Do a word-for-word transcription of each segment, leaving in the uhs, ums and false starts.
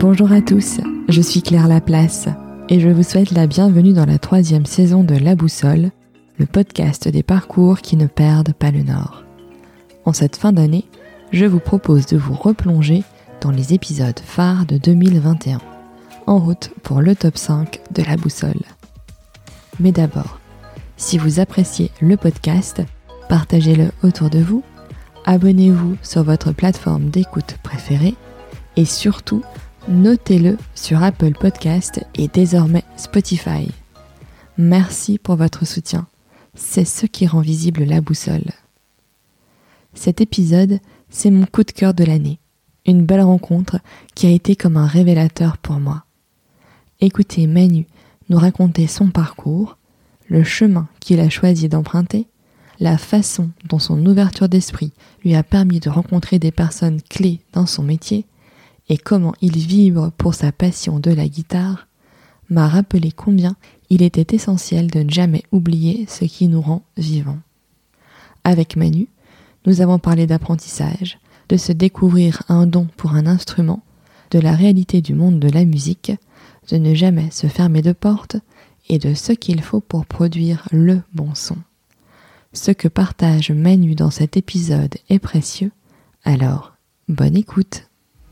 Bonjour à tous, je suis Claire Laplace et je vous souhaite la bienvenue dans la troisième saison de La Boussole, le podcast des parcours qui ne perdent pas le nord. En cette fin d'année, je vous propose de vous replonger dans les épisodes phares de deux mille vingt et un, en route pour le top cinq de La Boussole. Mais d'abord, si vous appréciez le podcast, partagez-le autour de vous, abonnez-vous sur votre plateforme d'écoute préférée et surtout, notez-le sur Apple Podcast et désormais Spotify. Merci pour votre soutien, c'est ce qui rend visible La Boussole. Cet épisode, c'est mon coup de cœur de l'année, une belle rencontre qui a été comme un révélateur pour moi. Écoutez Manu nous raconter son parcours, le chemin qu'il a choisi d'emprunter, la façon dont son ouverture d'esprit lui a permis de rencontrer des personnes clés dans son métier et comment il vibre pour sa passion de la guitare, m'a rappelé combien il était essentiel de ne jamais oublier ce qui nous rend vivants. Avec Manu, nous avons parlé d'apprentissage, de se découvrir un don pour un instrument, de la réalité du monde de la musique, de ne jamais se fermer de porte et de ce qu'il faut pour produire le bon son. Ce que partage Manu dans cet épisode est précieux, alors bonne écoute.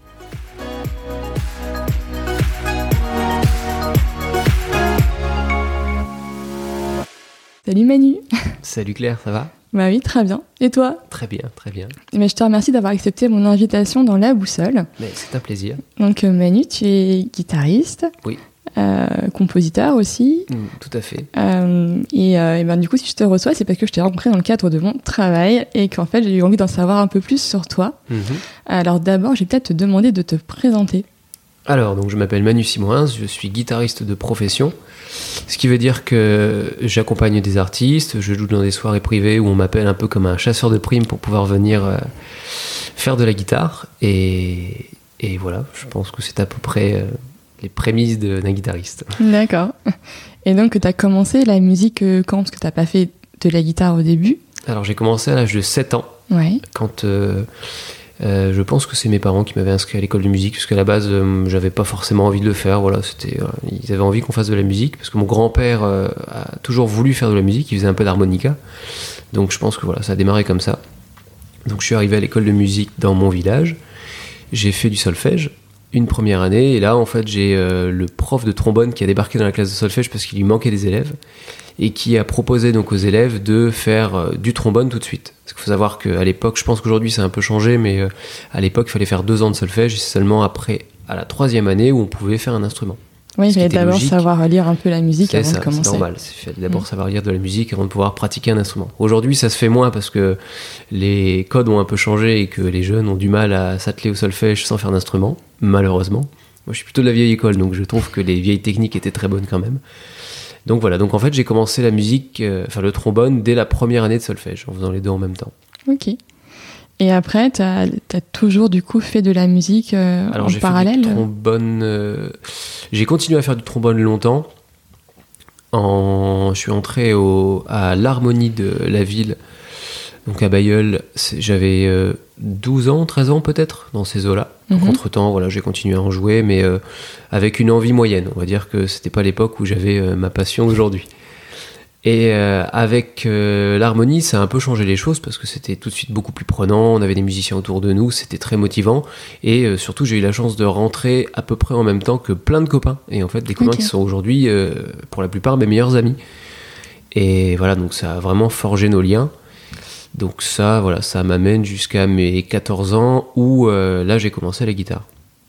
Salut Manu. Salut Claire, ça va ? Bah oui, très bien. Et toi ? Très bien, très bien. Mais je te remercie d'avoir accepté mon invitation dans La Boussole. Mais c'est un plaisir. Donc Manu, tu es guitariste. Oui. Euh, compositeur aussi. Mmh, tout à fait. Euh, et, euh, et ben, du coup, si je te reçois, c'est parce que je t'ai rencontré dans le cadre de mon travail et qu'en fait, j'ai eu envie d'en savoir un peu plus sur toi. Mmh. Alors d'abord, je vais peut-être te demander de te présenter. Alors, donc, je m'appelle Manu Simoins, je suis guitariste de profession, ce qui veut dire que j'accompagne des artistes, je joue dans des soirées privées où on m'appelle un peu comme un chasseur de primes pour pouvoir venir euh, faire de la guitare. Et, et voilà, je pense que c'est à peu près euh, les prémices de, d'un guitariste. D'accord. Et donc, tu as commencé la musique euh, quand ? Parce que tu n'as pas fait de la guitare au début. Alors, j'ai commencé à l'âge de sept ans, ouais. quand... Euh, Euh, je pense que c'est mes parents qui m'avaient inscrit à l'école de musique, parce qu'à la base, euh, j'avais pas forcément envie de le faire. Voilà, c'était, euh, ils avaient envie qu'on fasse de la musique, parce que mon grand-père euh, a toujours voulu faire de la musique, il faisait un peu d'harmonica. Donc je pense que voilà, ça a démarré comme ça. Donc je suis arrivé à l'école de musique dans mon village, j'ai fait du solfège une première année, et là en fait j'ai euh, le prof de trombone qui a débarqué dans la classe de solfège parce qu'il lui manquait des élèves, et qui a proposé donc aux élèves de faire euh, du trombone tout de suite. Parce qu'il faut savoir qu'à l'époque, je pense qu'aujourd'hui ça a un peu changé, mais euh, à l'époque il fallait faire deux ans de solfège, et c'est seulement après, à la troisième année, où on pouvait faire un instrument. Oui, il fallait d'abord logique. savoir lire un peu la musique c'est avant ça, de commencer. C'est normal, il fallait d'abord mmh. savoir lire de la musique avant de pouvoir pratiquer un instrument. Aujourd'hui ça se fait moins parce que les codes ont un peu changé et que les jeunes ont du mal à s'atteler au solfège sans faire d'instrument, malheureusement. Moi je suis plutôt de la vieille école, donc je trouve que les vieilles techniques étaient très bonnes quand même. Donc voilà, donc en fait j'ai commencé la musique, euh, enfin le trombone, dès la première année de solfège, en faisant les deux en même temps. Ok. Et après, t'as, t'as toujours du coup fait de la musique euh, Alors, en j'ai parallèle fait du trombone, euh, j'ai continué à faire du trombone longtemps. En, je suis entré au, à l'harmonie de la ville, donc à Bailleul, j'avais euh, douze ans, treize ans peut-être, dans ces eaux-là. Donc mm-hmm. entre-temps, voilà, j'ai continué à en jouer, mais euh, avec une envie moyenne. On va dire que c'était pas l'époque où j'avais euh, ma passion d'aujourd'hui. Et euh, avec euh, l'harmonie, ça a un peu changé les choses parce que c'était tout de suite beaucoup plus prenant, on avait des musiciens autour de nous, c'était très motivant, et euh, surtout j'ai eu la chance de rentrer à peu près en même temps que plein de copains, et en fait des copains okay. qui sont aujourd'hui euh, pour la plupart mes meilleurs amis. Et voilà, donc ça a vraiment forgé nos liens. Donc ça, voilà, ça m'amène jusqu'à mes quatorze ans où euh, là j'ai commencé la guitare.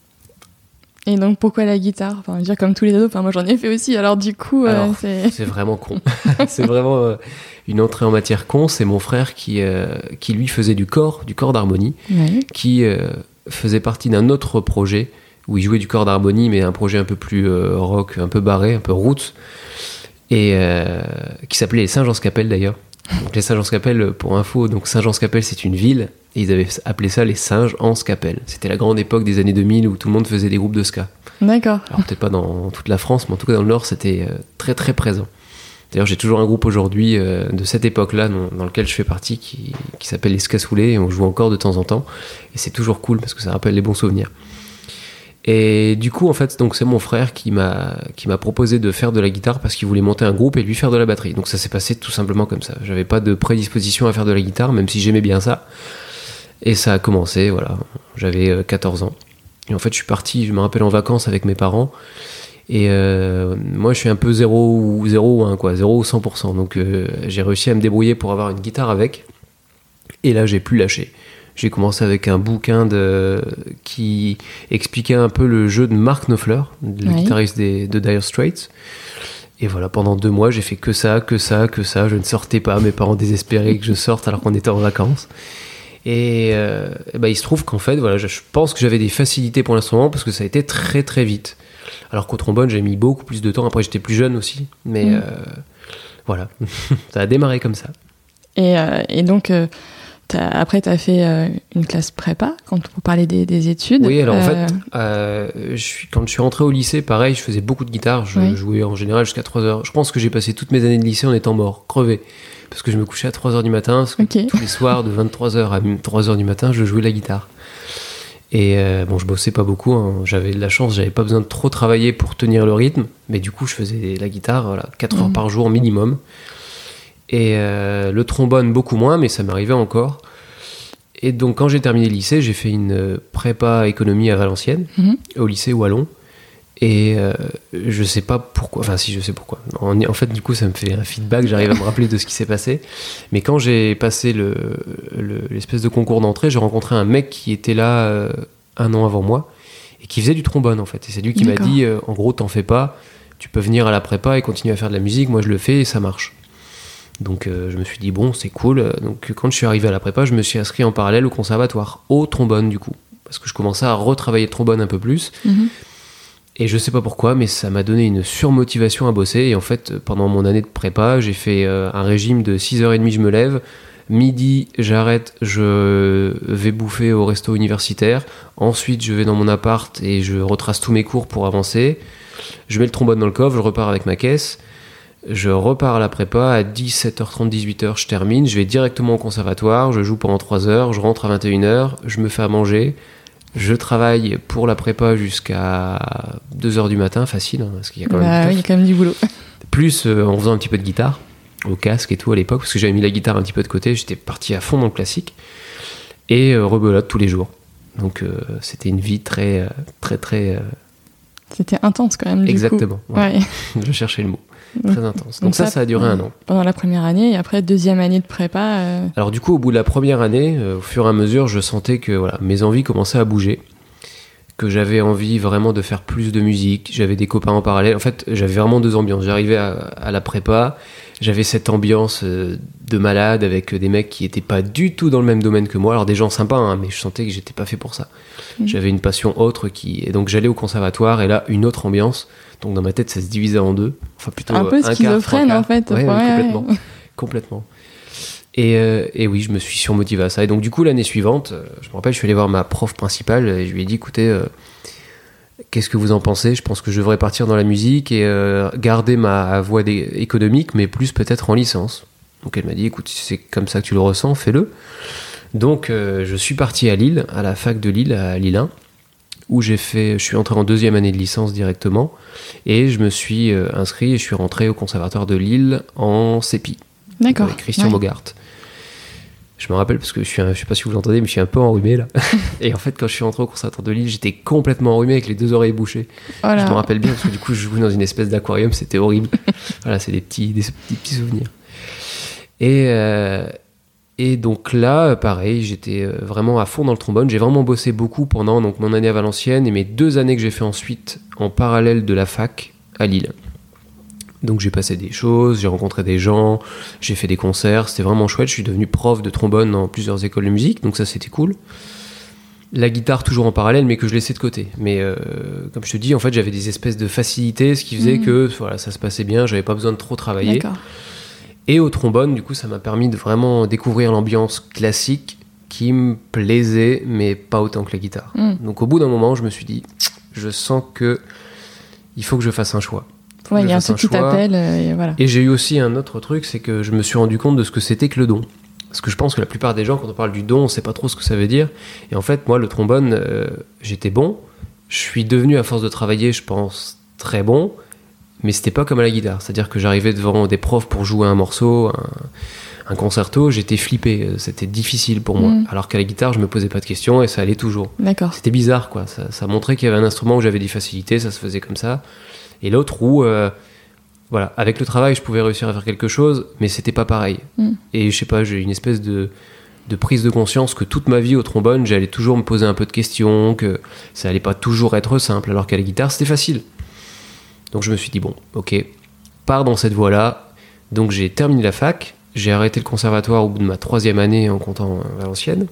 Et donc pourquoi la guitare ? Enfin, dire comme tous les ados, enfin moi j'en ai fait aussi, alors du coup... Alors, euh, c'est... c'est vraiment con. C'est vraiment euh, une entrée en matière con. C'est mon frère qui, euh, qui lui faisait du corps, du corps d'harmonie, ouais. qui euh, faisait partie d'un autre projet où il jouait du corps d'harmonie, mais un projet un peu plus euh, rock, un peu barré, un peu roots, et euh, qui s'appelait les Saint-Jean-Scapelle d'ailleurs. Donc les Saint-Jean-Scapelle, pour info, donc Saint-Jean-Scapelle c'est une ville, et ils avaient appelé ça les Singes-en-Scapelle. C'était la grande époque des années deux mille où tout le monde faisait des groupes de ska. D'accord. Alors peut-être pas dans toute la France, mais en tout cas dans le Nord c'était euh, très très présent. D'ailleurs j'ai toujours un groupe aujourd'hui euh, de cette époque-là dans, dans lequel je fais partie qui, qui s'appelle les Ska Soulés, et on joue encore de temps en temps, et c'est toujours cool parce que ça rappelle les bons souvenirs. Et du coup, en fait, donc c'est mon frère qui m'a, qui m'a proposé de faire de la guitare parce qu'il voulait monter un groupe et lui faire de la batterie. Donc ça s'est passé tout simplement comme ça. J'avais pas de prédisposition à faire de la guitare, même si j'aimais bien ça. Et ça a commencé, voilà. J'avais quatorze ans. Et en fait, je suis parti, je me rappelle, en vacances avec mes parents. Et euh, moi, je suis un peu zéro ou zéro ou un, quoi, zéro ou cent pour cent. Donc euh, j'ai réussi à me débrouiller pour avoir une guitare avec. Et là, j'ai plus lâché. J'ai commencé avec un bouquin de... qui expliquait un peu le jeu de Mark Knopfler, le oui. guitariste des... de Dire Straits. Et voilà, pendant deux mois, j'ai fait que ça, que ça, que ça. Je ne sortais pas, mes parents désespéraient que je sorte alors qu'on était en vacances. Et, euh, et ben, il se trouve qu'en fait, voilà, je pense que j'avais des facilités pour l'instrument parce que ça a été très très vite. Alors qu'au trombone, j'ai mis beaucoup plus de temps. Après, j'étais plus jeune aussi. Mais mmh. euh, voilà, ça a démarré comme ça. Et, euh, et donc... Euh... T'as, après, tu as fait euh, une classe prépa, quand on parlait des, des études. Oui, alors euh... en fait, euh, je suis, quand je suis rentré au lycée, pareil, je faisais beaucoup de guitare. Je oui. jouais en général jusqu'à trois heures. Je pense que j'ai passé toutes mes années de lycée en étant mort, crevé. Parce que je me couchais à trois heures du matin. Parce que okay. tous les soirs, de vingt-trois heures à trois heures du matin, je jouais la guitare. Et euh, bon, je bossais pas beaucoup. Hein. J'avais de la chance, j'avais pas besoin de trop travailler pour tenir le rythme. Mais du coup, je faisais la guitare voilà, quatre mmh. heures par jour minimum. Et euh, le trombone, beaucoup moins, mais ça m'arrivait encore. Et donc, quand j'ai terminé le lycée, j'ai fait une prépa économie à Valenciennes, mmh. au lycée Wallon. Et euh, je sais pas pourquoi, enfin si, je sais pourquoi. En, en fait, du coup, ça me fait un feedback, j'arrive à me rappeler de ce qui s'est passé. Mais quand j'ai passé le, le, l'espèce de concours d'entrée, j'ai rencontré un mec qui était là euh, un an avant moi et qui faisait du trombone, en fait. Et c'est lui qui D'accord. m'a dit, euh, en gros, t'en fais pas, tu peux venir à la prépa et continuer à faire de la musique, moi je le fais et ça marche. Donc euh, je me suis dit bon c'est cool, donc quand je suis arrivé à la prépa je me suis inscrit en parallèle au conservatoire, au trombone du coup, parce que je commençais à retravailler le trombone un peu plus, mmh. et je sais pas pourquoi mais ça m'a donné une surmotivation à bosser, et en fait pendant mon année de prépa j'ai fait euh, un régime de six heures trente je me lève, midi j'arrête, je vais bouffer au resto universitaire, ensuite je vais dans mon appart et je retrace tous mes cours pour avancer, je mets le trombone dans le coffre, je repars avec ma caisse. Je repars à la prépa, à dix-sept heures trente, dix-huit heures, je termine, je vais directement au conservatoire, je joue pendant trois heures, je rentre à vingt et une heures, je me fais à manger, je travaille pour la prépa jusqu'à deux heures du matin, facile, hein, parce qu'il y a quand même bah, du oui, il y a quand même du boulot. Plus euh, en faisant un petit peu de guitare, au casque et tout à l'époque, parce que j'avais mis la guitare un petit peu de côté, j'étais parti à fond dans le classique, et euh, rebelote tous les jours. Donc euh, c'était une vie très, très, très... Euh... C'était intense quand même, du Exactement, coup. Ouais. Ouais. Je cherchais le mot. Très intense. Donc, Donc ça, ça, ça a duré euh, un an. Pendant la première année, et après, deuxième année de prépa... Euh... Alors du coup, au bout de la première année, euh, au fur et à mesure, je sentais que voilà, mes envies commençaient à bouger, que j'avais envie vraiment de faire plus de musique, j'avais des copains en parallèle. En fait, j'avais vraiment deux ambiances. J'arrivais à, à la prépa, j'avais cette ambiance euh, de malade avec des mecs qui étaient pas du tout dans le même domaine que moi. Alors des gens sympas, hein, mais je sentais que j'étais pas fait pour ça. Mmh. J'avais une passion autre qui... Et donc j'allais au conservatoire, et là, une autre ambiance. Donc dans ma tête, ça se divisait en deux. Enfin, plutôt un peu un schizophrène quart, en fait. Ouais, ouais, ouais, complètement. Ouais. complètement. Et, euh, et oui, je me suis surmotivé à ça. Et donc du coup, l'année suivante, euh, je me rappelle, je suis allé voir ma prof principale et je lui ai dit, écoutez, euh, qu'est-ce que vous en pensez ? Je pense que je devrais partir dans la musique et euh, garder ma voie économique, mais plus peut-être en licence. Donc elle m'a dit, écoute, si c'est comme ça que tu le ressens, fais-le. Donc euh, je suis parti à Lille, à la fac de Lille, à Lille un, où j'ai fait, je suis entré en deuxième année de licence directement, et je me suis euh, inscrit et je suis rentré au conservatoire de Lille en sépi. D'accord. Avec Christian ouais. Bogart. Je me rappelle parce que je suis, un, je sais pas si vous l'entendez, mais je suis un peu enrhumé là. Et en fait, quand je suis rentré au conservatoire de Lille, j'étais complètement enrhumé avec les deux oreilles bouchées. Oh je me rappelle bien parce que du coup, je jouais dans une espèce d'aquarium, c'était horrible. Voilà, c'est des petits, des, des petits souvenirs. Et euh, Et donc là, pareil, j'étais vraiment à fond dans le trombone. J'ai vraiment bossé beaucoup pendant donc, mon année à Valenciennes et mes deux années que j'ai fait ensuite en parallèle de la fac à Lille. Donc j'ai passé des choses, j'ai rencontré des gens, j'ai fait des concerts, c'était vraiment chouette. Je suis devenu prof de trombone dans plusieurs écoles de musique, donc ça c'était cool. La guitare toujours en parallèle, mais que je laissais de côté. Mais euh, comme je te dis, en fait, j'avais des espèces de facilités, ce qui faisait mmh. que voilà, ça se passait bien, j'avais pas besoin de trop travailler. D'accord. Et au trombone, du coup, ça m'a permis de vraiment découvrir l'ambiance classique qui me plaisait, mais pas autant que la guitare. Mmh. Donc au bout d'un moment, je me suis dit, je sens que il faut que je fasse un choix. Ouais, il y a un truc qui t'appelle, et voilà. Et j'ai eu aussi un autre truc, c'est que je me suis rendu compte de ce que c'était que le don. Parce que je pense que la plupart des gens, quand on parle du don, on sait pas trop ce que ça veut dire. Et en fait, moi, le trombone, euh, j'étais bon, je suis devenu, à force de travailler, je pense, très bon, mais c'était pas comme à la guitare. C'est-à-dire que j'arrivais devant des profs pour jouer un morceau, un, un concerto, j'étais flippé, c'était difficile pour moi. Mmh. Alors qu'à la guitare, je me posais pas de questions et ça allait toujours. D'accord. C'était bizarre, quoi. Ça, ça montrait qu'il y avait un instrument où j'avais des facilités, ça se faisait comme ça. Et l'autre où, euh, voilà, avec le travail, je pouvais réussir à faire quelque chose, mais c'était pas pareil. Mmh. Et je sais pas, j'ai une espèce de, de prise de conscience que toute ma vie au trombone, j'allais toujours me poser un peu de questions, que ça allait pas toujours être simple, alors qu'à la guitare, c'était facile. Donc je me suis dit, bon, ok, pars dans cette voie-là. Donc j'ai terminé la fac, j'ai arrêté le conservatoire au bout de ma troisième année en comptant Valenciennes.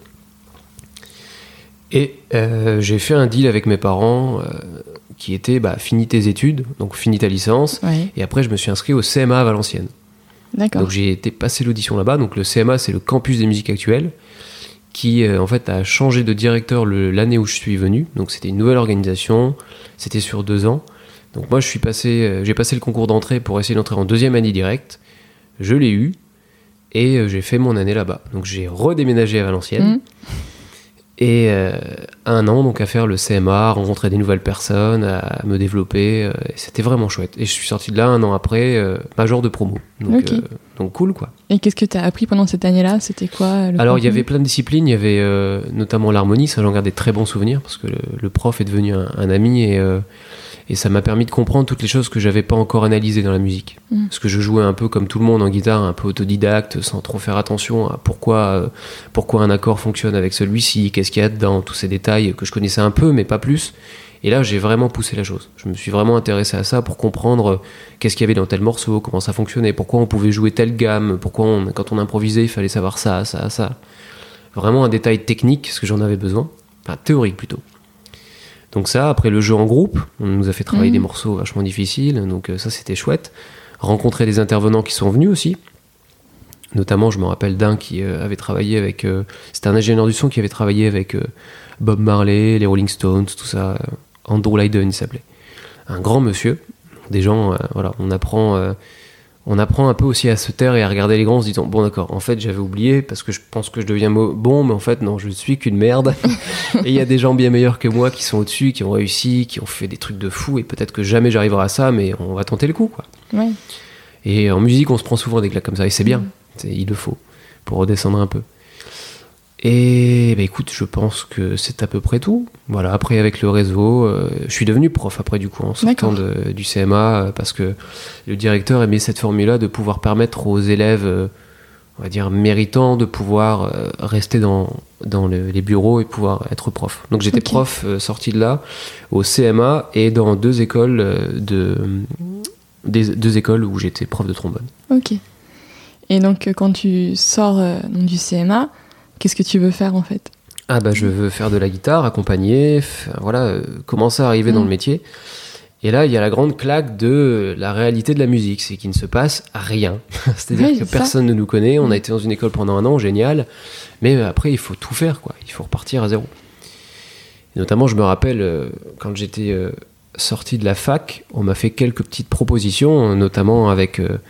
Et euh, j'ai fait un deal avec mes parents euh, qui était, bah, finis tes études, donc finis ta licence. Ouais. Et après, je me suis inscrit au C M A à Valenciennes. D'accord. Donc j'ai été passer l'audition là-bas. Donc le C M A, c'est le campus des musiques actuelles, qui euh, en fait a changé de directeur le, l'année où je suis venu. Donc c'était une nouvelle organisation, c'était sur deux ans. Donc moi je suis passé, euh, j'ai passé le concours d'entrée pour essayer d'entrer en deuxième année directe. Je l'ai eu et euh, j'ai fait mon année là-bas. Donc j'ai redéménagé à Valenciennes. Mmh. Et euh, un an donc à faire le C M A, à rencontrer des nouvelles personnes, à me développer. Euh, et c'était vraiment chouette. Et je suis sorti de là un an après, euh, major de promo. Donc, okay. euh, donc cool quoi. Et qu'est-ce que tu as appris pendant cette année-là ? C'était quoi le Alors il y contenu ? avait plein de disciplines. Il y avait euh, notamment l'harmonie. Ça j'en garde des très bons souvenirs parce que le, le prof est devenu un, un ami et euh, Et ça m'a permis de comprendre toutes les choses que j'avais pas encore analysées dans la musique. Mmh. Parce que je jouais un peu comme tout le monde en guitare, un peu autodidacte, sans trop faire attention à pourquoi, euh, pourquoi un accord fonctionne avec celui-ci, qu'est-ce qu'il y a dedans, tous ces détails que je connaissais un peu, mais pas plus. Et là, j'ai vraiment poussé la chose. Je me suis vraiment intéressé à ça pour comprendre qu'est-ce qu'il y avait dans tel morceau, comment ça fonctionnait, pourquoi on pouvait jouer telle gamme, pourquoi on, quand on improvisait, il fallait savoir ça, ça, ça. Vraiment un détail technique, parce que j'en avais besoin. Enfin, théorique plutôt. Donc ça, après le jeu en groupe, on nous a fait travailler mmh. des morceaux vachement difficiles, donc ça c'était chouette. Rencontrer des intervenants qui sont venus aussi. Notamment, je me rappelle d'un qui euh, avait travaillé avec... Euh, c'était un ingénieur du son qui avait travaillé avec euh, Bob Marley, les Rolling Stones, tout ça. Euh, Andrew Lydon, il s'appelait. Un grand monsieur. Des gens, euh, voilà, on apprend... Euh, on apprend un peu aussi à se taire et à regarder les grands en se disant bon d'accord, en fait j'avais oublié parce que je pense que je deviens bon, mais en fait non, je suis qu'une merde. Et il y a des gens bien meilleurs que moi qui sont au-dessus, qui ont réussi, qui ont fait des trucs de fou et peut-être que jamais j'arriverai à ça, mais on va tenter le coup quoi. Ouais. Et en musique on se prend souvent des claques comme ça et c'est bien, mmh. c'est, il le faut pour redescendre un peu. Et bah, écoute, je pense que c'est à peu près tout. Voilà, après avec le réseau, euh, je suis devenu prof après du coup en sortant de, du C M A euh, parce que le directeur aimait cette formule-là de pouvoir permettre aux élèves, euh, on va dire méritants, de pouvoir euh, rester dans, dans le, les bureaux et pouvoir être prof. Donc j'étais okay. prof euh, sorti de là au C M A et dans deux écoles euh, de des, deux écoles où j'étais prof de trombone. Ok. Et donc quand tu sors euh, donc, du C M A, qu'est-ce que tu veux faire en fait ? Ah bah je veux faire de la guitare, accompagner, f- voilà, euh, commencer à arriver mmh. dans le métier. Et là il y a la grande claque de la réalité de la musique, c'est qu'il ne se passe rien. C'est-à-dire oui, que c'est personne ça. ne nous connaît, on a été dans une école pendant un an, génial, mais après il faut tout faire quoi, il faut repartir à zéro. Et notamment je me rappelle euh, quand j'étais euh, sorti de la fac, on m'a fait quelques petites propositions, notamment avec... Euh,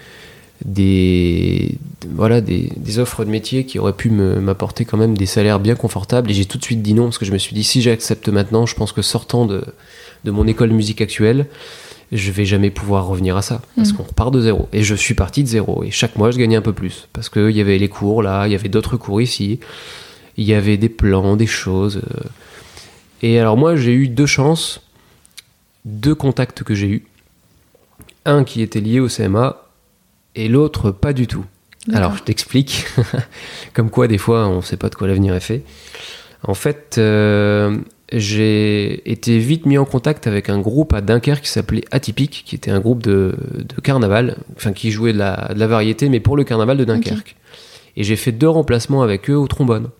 des voilà des, des offres de métier qui auraient pu me, m'apporter quand même des salaires bien confortables et j'ai tout de suite dit non parce que je me suis dit si j'accepte maintenant je pense que sortant de, de mon école de musique actuelle je vais jamais pouvoir revenir à ça parce mmh. qu'on repart de zéro et je suis parti de zéro et chaque mois je gagnais un peu plus parce qu'il y avait les cours là, il y avait d'autres cours ici, il y avait des plans, des choses et alors moi j'ai eu deux chances, deux contacts que j'ai eu, un qui était lié au C M A et l'autre pas du tout. D'accord. Alors je t'explique, comme quoi des fois on ne sait pas de quoi l'avenir est fait. En fait, euh, j'ai été vite mis en contact avec un groupe à Dunkerque qui s'appelait Atypique, qui était un groupe de, de carnaval, enfin qui jouait de la, de la variété, mais pour le carnaval de Dunkerque. Okay. Et j'ai fait deux remplacements avec eux au trombone.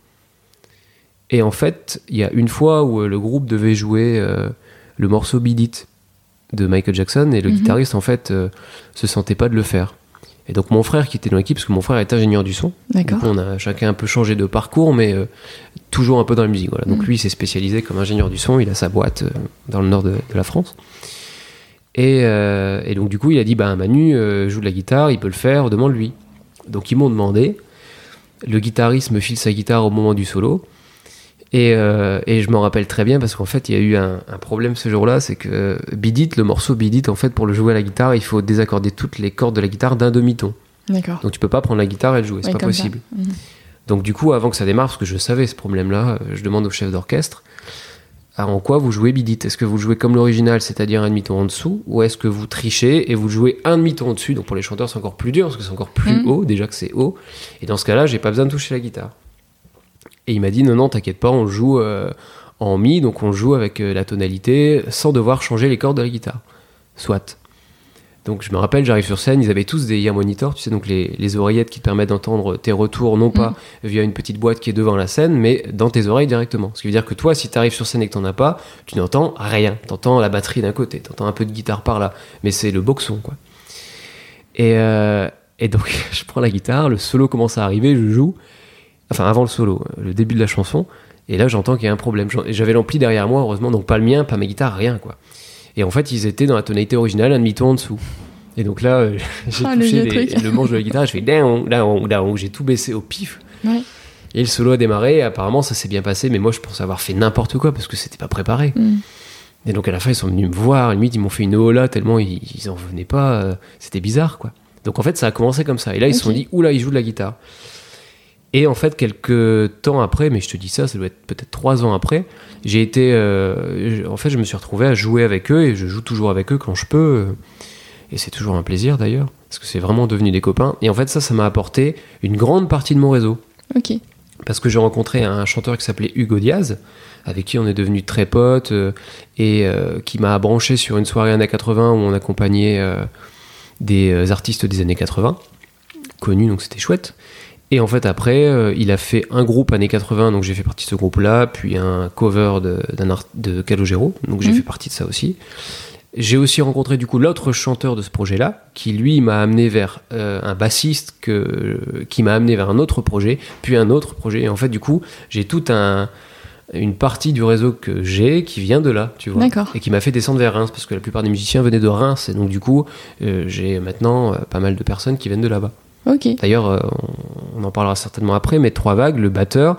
Et en fait, il y a une fois où le groupe devait jouer euh, le morceau Beat It de Michael Jackson et le mm-hmm. guitariste en fait euh, se sentait pas de le faire. Et donc mon frère qui était dans l'équipe, parce que mon frère est ingénieur du son, D'accord. donc on a chacun un peu changé de parcours, mais euh, toujours un peu dans la musique. Voilà. Donc mmh. lui, il s'est spécialisé comme ingénieur du son, il a sa boîte euh, dans le nord de, de la France. Et, euh, et donc du coup, il a dit, bah, Manu euh, joue de la guitare, il peut le faire, demande-lui. Donc ils m'ont demandé, le guitariste me file sa guitare au moment du solo, Et, euh, et je m'en rappelle très bien parce qu'en fait, il y a eu un, un problème ce jour-là, c'est que Beat It, le morceau Beat It, en fait, pour le jouer à la guitare, il faut désaccorder toutes les cordes de la guitare d'un demi-ton. D'accord. Donc tu peux pas prendre la guitare et le jouer, c'est ouais, pas possible. Mmh. Donc du coup, avant que ça démarre, parce que je savais ce problème-là, je demande au chef d'orchestre, alors, en quoi vous jouez Beat It ? Est-ce que vous jouez comme l'original, c'est-à-dire un demi-ton en dessous, ou est-ce que vous trichez et vous jouez un demi-ton au-dessus ? Donc pour les chanteurs, c'est encore plus dur, parce que c'est encore plus mmh. haut, déjà que c'est haut. Et dans ce cas-là, j'ai pas besoin de toucher la guitare. Et il m'a dit, non, non, t'inquiète pas, on joue euh, en mi, donc on joue avec euh, la tonalité, sans devoir changer les cordes de la guitare. Soit. Donc je me rappelle, j'arrive sur scène, ils avaient tous des ear monitors, tu sais, donc les, les oreillettes qui te permettent d'entendre tes retours, non pas mmh. via une petite boîte qui est devant la scène, mais dans tes oreilles directement. Ce qui veut dire que toi, si t'arrives sur scène et que t'en as pas, tu n'entends rien. T'entends la batterie d'un côté, t'entends un peu de guitare par là, mais c'est le boxon, quoi. Et, euh, et donc, je prends la guitare, le solo commence à arriver, je joue, enfin avant le solo, le début de la chanson, et là j'entends qu'il y a un problème. J'avais l'ampli derrière moi, heureusement, donc pas le mien, pas ma guitare, rien, quoi. Et en fait, ils étaient dans la tonalité originale, un demi-ton en dessous. Et donc là, euh, j'ai oh, touché le, les, le manche de la guitare, je fais down, down, down, j'ai tout baissé au pif. Ouais. Et le solo a démarré, et apparemment ça s'est bien passé, mais moi je pensais avoir fait n'importe quoi parce que c'était pas préparé. Mm. Et donc à la fin, ils sont venus me voir, limite ils m'ont fait une hola tellement ils, ils en venaient pas, euh, c'était bizarre, quoi. Donc en fait, ça a commencé comme ça. Et là, ils se okay. sont dit, oula, ils jouent de la guitare. Et en fait, quelques temps après, mais je te dis ça, ça doit être peut-être trois ans après, j'ai été. Euh, en fait, je me suis retrouvé à jouer avec eux, et je joue toujours avec eux quand je peux. Et c'est toujours un plaisir d'ailleurs, parce que c'est vraiment devenu des copains. Et en fait, ça, ça m'a apporté une grande partie de mon réseau. Ok. Parce que j'ai rencontré un chanteur qui s'appelait Hugo Diaz, avec qui on est devenus très potes, euh, et euh, qui m'a branché sur une soirée années quatre-vingts où on accompagnait euh, des artistes des années quatre-vingts, connus, donc c'était chouette. Et en fait, après, euh, il a fait un groupe années quatre-vingts, donc j'ai fait partie de ce groupe-là, puis un cover de, d'un art, de Calogero, donc j'ai mmh. fait partie de ça aussi. J'ai aussi rencontré du coup l'autre chanteur de ce projet-là, qui lui m'a amené vers euh, un bassiste que, qui m'a amené vers un autre projet, puis un autre projet. Et en fait, du coup, j'ai toute un, une partie du réseau que j'ai qui vient de là, tu vois. D'accord. Et qui m'a fait descendre vers Reims, parce que la plupart des musiciens venaient de Reims. Et donc, du coup, euh, j'ai maintenant euh, pas mal de personnes qui viennent de là-bas. Ok. D'ailleurs, euh, on, on en parlera certainement après, mais Trois Vagues, le batteur,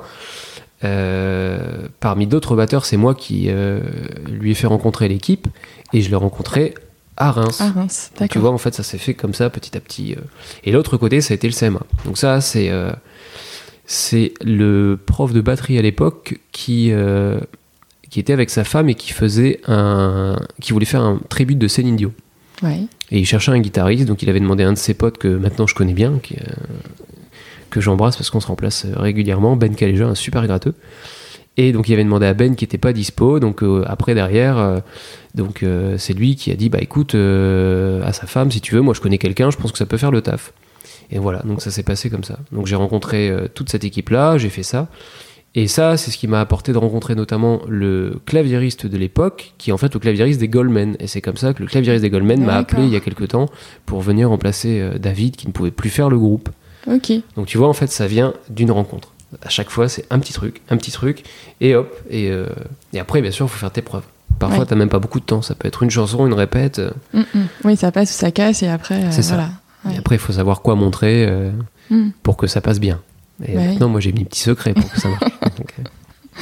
Euh, parmi d'autres batteurs, c'est moi qui euh, lui ai fait rencontrer l'équipe et je l'ai rencontré à Reims. À Reims, d'accord. Donc, tu vois, en fait, ça s'est fait comme ça petit à petit. Euh. Et l'autre côté, ça a été le C M A. Donc ça, c'est euh, c'est le prof de batterie à l'époque qui euh, qui était avec sa femme et qui faisait un qui voulait faire un tribut de Céline Dion. Ouais. Et il cherchait un guitariste, donc il avait demandé à un de ses potes que maintenant je connais bien, qui, euh, que j'embrasse parce qu'on se remplace régulièrement, Ben Caléja, un super gratteux. Et donc il avait demandé à Ben qui était pas dispo, donc euh, après derrière, euh, donc euh, c'est lui qui a dit bah écoute euh, à sa femme si tu veux, moi je connais quelqu'un, je pense que ça peut faire le taf. Et voilà, donc ça s'est passé comme ça. Donc j'ai rencontré euh, toute cette équipe là, j'ai fait ça. Et ça, c'est ce qui m'a apporté de rencontrer notamment le claviériste de l'époque, qui est en fait le claviériste des Goldmen. Et c'est comme ça que le claviériste des Goldmen m'a appelé il y a quelques temps pour venir remplacer euh, David qui ne pouvait plus faire le groupe. Ok. Donc tu vois, en fait, ça vient d'une rencontre. À chaque fois, c'est un petit truc, un petit truc, et hop. Et, euh, et après, bien sûr, il faut faire tes preuves. Parfois, ouais. t'as même pas beaucoup de temps. Ça peut être une chanson, une répète. Euh... Mm-mm. Oui, ça passe ou ça casse, et après, euh, c'est ça. voilà. Ouais. Et après, il faut savoir quoi montrer euh, mm. pour que ça passe bien. Et ouais. maintenant, moi, j'ai mis un petit secret pour que ça marche. Donc, euh...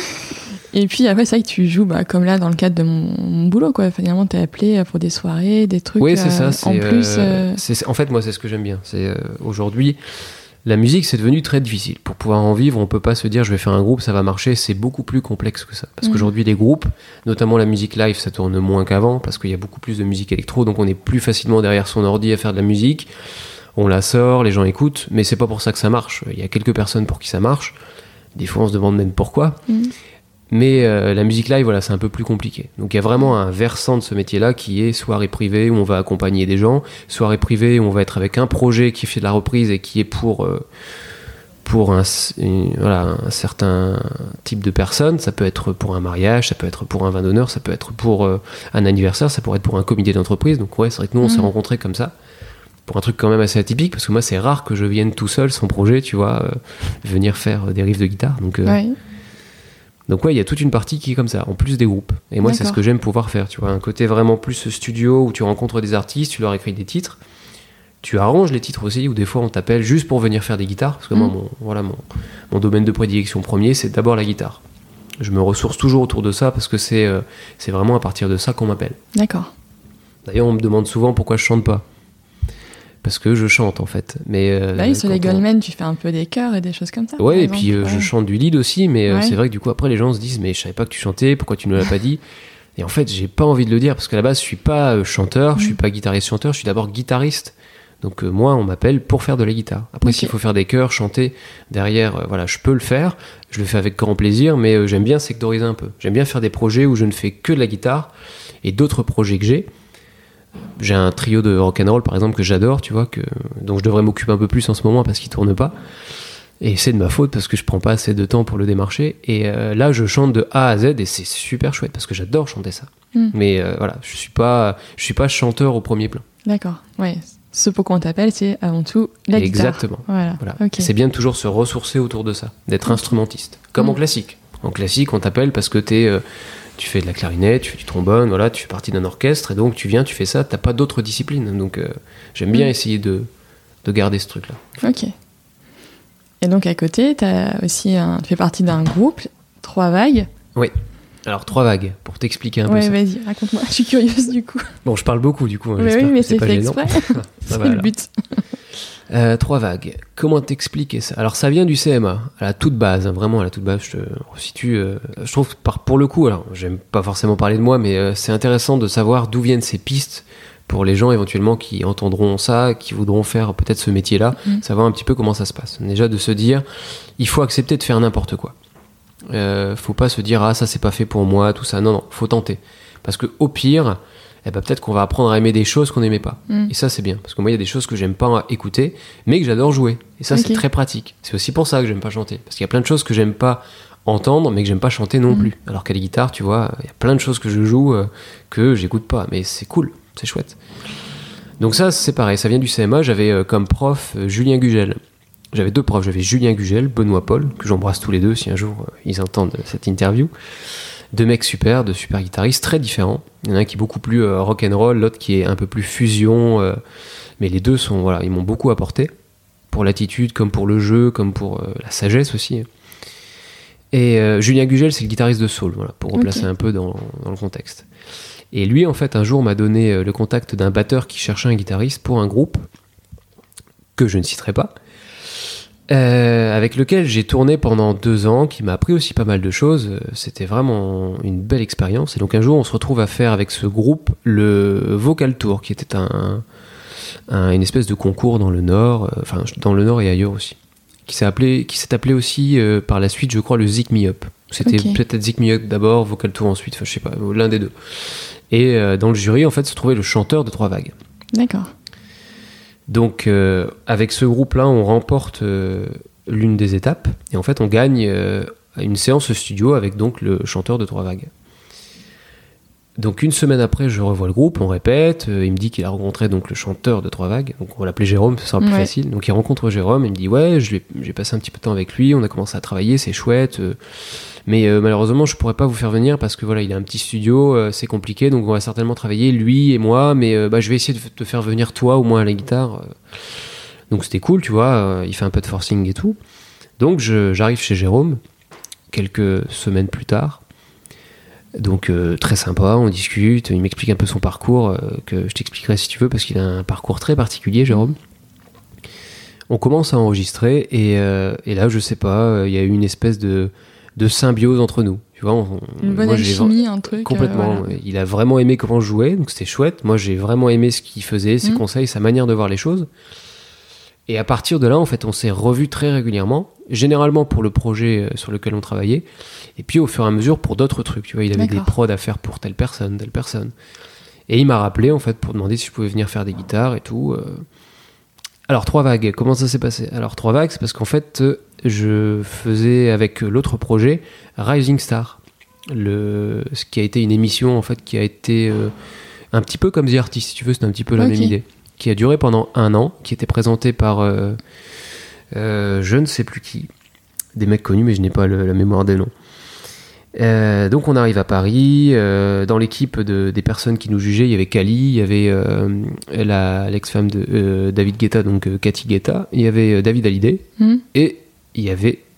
Et puis après, c'est vrai que tu joues bah, comme là dans le cadre de mon, mon boulot, quoi. Finalement, t'es appelé pour des soirées, des trucs. Oui, c'est ça. C'est, en plus, euh, c'est, en fait, moi, c'est ce que j'aime bien. C'est euh, aujourd'hui, la musique, c'est devenu très difficile. Pour pouvoir en vivre, on peut pas se dire, je vais faire un groupe, ça va marcher. C'est beaucoup plus complexe que ça. Parce mmh. qu'aujourd'hui, les groupes, notamment la musique live, ça tourne moins qu'avant, parce qu'il y a beaucoup plus de musique électro, donc on est plus facilement derrière son ordi à faire de la musique. On la sort, les gens écoutent, mais c'est pas pour ça que ça marche. Il y a quelques personnes pour qui ça marche. Des fois, on se demande même pourquoi. Mmh. Mais euh, la musique live, voilà, c'est un peu plus compliqué. Donc il y a vraiment un versant de ce métier-là qui est soirée privée où on va accompagner des gens, soirée privée où on va être avec un projet qui fait de la reprise et qui est pour, euh, pour un, une, voilà, un certain type de personnes. Ça peut être pour un mariage, ça peut être pour un vin d'honneur, ça peut être pour euh, un anniversaire, ça pourrait être pour un comité d'entreprise. Donc ouais, c'est vrai que nous, on mmh. s'est rencontrés comme ça. Pour un truc quand même assez atypique, parce que moi, c'est rare que je vienne tout seul, sans projet, tu vois, euh, venir faire des riffs de guitare. Donc... Euh, ouais. Donc ouais, il y a toute une partie qui est comme ça, en plus des groupes. Et moi, D'accord. c'est ce que j'aime pouvoir faire, tu vois. Un côté vraiment plus studio, où tu rencontres des artistes, tu leur écris des titres. Tu arranges les titres aussi, ou des fois on t'appelle juste pour venir faire des guitares. Parce que mmh. moi, mon, voilà, mon, mon domaine de prédilection premier, c'est d'abord la guitare. je me ressource toujours autour de ça parce que c'est, euh, c'est vraiment à partir de ça qu'on m'appelle. D'accord. D'ailleurs, on me demande souvent pourquoi je chante pas. Parce que je chante, en fait. Mais, euh, bah oui, sur les Goldman, on... tu fais un peu des chœurs et des choses comme ça. Ouais, et puis euh, ouais. je chante du lead aussi, mais euh, ouais. c'est vrai que du coup, après, les gens se disent, mais je savais pas que tu chantais, pourquoi tu ne l'as pas dit? Et en fait, j'ai pas envie de le dire, parce qu'à la base, je suis pas euh, chanteur, mmh. je suis pas guitariste-chanteur, je suis d'abord guitariste. Donc euh, moi, on m'appelle pour faire de la guitare. Après, okay. s'il faut faire des chœurs, chanter, derrière, euh, voilà, je peux le faire. Je le fais avec grand plaisir, mais euh, j'aime bien sectoriser un peu. J'aime bien faire des projets où je ne fais que de la guitare, et d'autres projets que j'ai. J'ai un trio de rock'n'roll par exemple que j'adore, tu vois, que, dont je devrais m'occuper un peu plus en ce moment parce qu'il tourne pas. Et c'est de ma faute parce que je prends pas assez de temps pour le démarcher. Et euh, là, je chante de A à Z et c'est super chouette parce que j'adore chanter ça. Mm. Mais euh, voilà, je suis pas, je suis pas chanteur au premier plan. D'accord, ouais. Ce pourquoi on t'appelle, c'est avant tout la guitare. Exactement. Voilà. voilà. Okay. C'est bien de toujours se ressourcer autour de ça, d'être instrumentiste, comme mm. en classique. En classique, on t'appelle parce que t'es euh, tu fais de la clarinette, tu fais du trombone, voilà, tu fais partie d'un orchestre, et donc tu viens, tu fais ça, t'as pas d'autres disciplines. Donc euh, j'aime bien mmh. essayer de, de garder ce truc-là. Ok. Et donc à côté, t'as aussi un, tu fais partie d'un groupe, Trois Vagues. Oui. Alors Trois Vagues, pour t'expliquer un ouais, peu ça. Ouais, vas-y, raconte-moi, je suis curieuse du coup. Bon, je parle beaucoup du coup, hein, mais j'espère oui, mais que c'est, c'est pas fait gênant. exprès. C'est va, le but. Euh, Trois Vagues, comment t'expliquer ça? Alors ça vient du C M A, à la toute base, hein, vraiment à la toute base, je te resitue. Euh, je trouve par, pour le coup, alors j'aime pas forcément parler de moi, mais euh, c'est intéressant de savoir d'où viennent ces pistes pour les gens éventuellement qui entendront ça, qui voudront faire peut-être ce métier-là, mmh. savoir un petit peu comment ça se passe. Déjà de se dire, il faut accepter de faire n'importe quoi. Euh, faut pas se dire ah ça c'est pas fait pour moi, tout ça. Non non, faut tenter, parce que au pire. Eh ben, peut-être qu'on va apprendre à aimer des choses qu'on n'aimait pas. Mm. Et ça, c'est bien. Parce que moi, il y a des choses que j'aime pas écouter, mais que j'adore jouer. Et ça, okay. c'est très pratique. C'est aussi pour ça que j'aime pas chanter. Parce qu'il y a plein de choses que j'aime pas entendre, mais que j'aime pas chanter non mm. plus. Alors qu'à la guitare, tu vois, il y a plein de choses que je joue euh, que j'écoute pas. Mais c'est cool, c'est chouette. Donc ça, c'est pareil. Ça vient du C M A. J'avais euh, comme prof euh, Julien Gugel. J'avais deux profs. J'avais Julien Gugel, Benoît Paul, que j'embrasse tous les deux si un jour euh, ils entendent cette interview. Deux mecs super, de super guitaristes, très différents. Il y en a un qui est beaucoup plus euh, rock'n'roll, l'autre qui est un peu plus fusion. Euh, mais les deux sont, voilà, ils m'ont beaucoup apporté pour l'attitude, comme pour le jeu, comme pour euh, la sagesse aussi. Et euh, Julien Gugel, c'est le guitariste de soul, voilà, pour replacer okay. un peu dans, dans le contexte. Et lui, en fait, un jour m'a donné euh, le contact d'un batteur qui cherchait un guitariste pour un groupe que je ne citerai pas. Euh, avec lequel j'ai tourné pendant deux ans, qui m'a appris aussi pas mal de choses. C'était vraiment une belle expérience. Et donc un jour, on se retrouve à faire avec ce groupe le Vocal Tour, qui était un, un, une espèce de concours dans le Nord, euh, enfin dans le Nord et ailleurs aussi, qui s'est appelé, qui s'est appelé aussi euh, par la suite, je crois, le Zik Me Up. C'était okay. peut-être Zik Me Up d'abord, Vocal Tour ensuite, enfin je sais pas, l'un des deux. Et euh, dans le jury, en fait, se trouvait le chanteur de Trois Vagues. D'accord. Donc, euh, avec ce groupe-là, on remporte euh, l'une des étapes et en fait, on gagne euh, une séance studio avec donc le chanteur de Trois Vagues. Donc, une semaine après, je revois le groupe, on répète. Euh, il me dit qu'il a rencontré donc le chanteur de Trois Vagues. Donc, on va l'appeler Jérôme, ça sera plus ouais. facile. Donc, il rencontre Jérôme. Il me dit ouais, je vais, j'ai passé un petit peu de temps avec lui. On a commencé à travailler, c'est chouette. Euh, mais euh, malheureusement, je pourrais pas vous faire venir parce que voilà, il a un petit studio, euh, c'est compliqué. Donc, on va certainement travailler lui et moi. Mais euh, bah, je vais essayer de te faire venir toi au moins à la guitare. Donc, c'était cool, tu vois. Euh, il fait un peu de forcing et tout. Donc, je, j'arrive chez Jérôme quelques semaines plus tard. Donc euh, très sympa, on discute, il m'explique un peu son parcours, euh, que je t'expliquerai si tu veux, parce qu'il a un parcours très particulier, Jérôme. On commence à enregistrer, et, euh, et là, je sais pas, il y a eu une espèce de, de symbiose entre nous. Tu vois, on, une bonne moi, alchimie, j'ai, un truc. Complètement. Euh, voilà. Il a vraiment aimé comment je jouais, donc c'était chouette. Moi, j'ai vraiment aimé ce qu'il faisait, ses mmh. conseils, sa manière de voir les choses. Et à partir de là, en fait, on s'est revus très régulièrement, généralement pour le projet sur lequel on travaillait, et puis au fur et à mesure pour d'autres trucs. Tu vois, il avait D'accord. des prods à faire pour telle personne, telle personne. Et il m'a rappelé, en fait, pour demander si je pouvais venir faire des guitares et tout. Alors, Trois Vagues, comment ça s'est passé ? Alors, Trois Vagues, c'est parce qu'en fait, je faisais avec l'autre projet Rising Star, le... ce qui a été une émission, en fait, qui a été euh, un petit peu comme The Artist, si tu veux, c'est un petit peu la okay. même idée. Qui a duré pendant un an, qui était présenté par euh, euh, je ne sais plus qui, des mecs connus, mais je n'ai pas le, la mémoire des noms. Euh, donc on arrive à Paris, euh, dans l'équipe de, des personnes qui nous jugeaient, il y avait Kali, il y avait euh, la, l'ex-femme de euh, David Guetta, donc euh, Cathy Guetta, il y avait euh, David Hallyday, mmh. et il y avait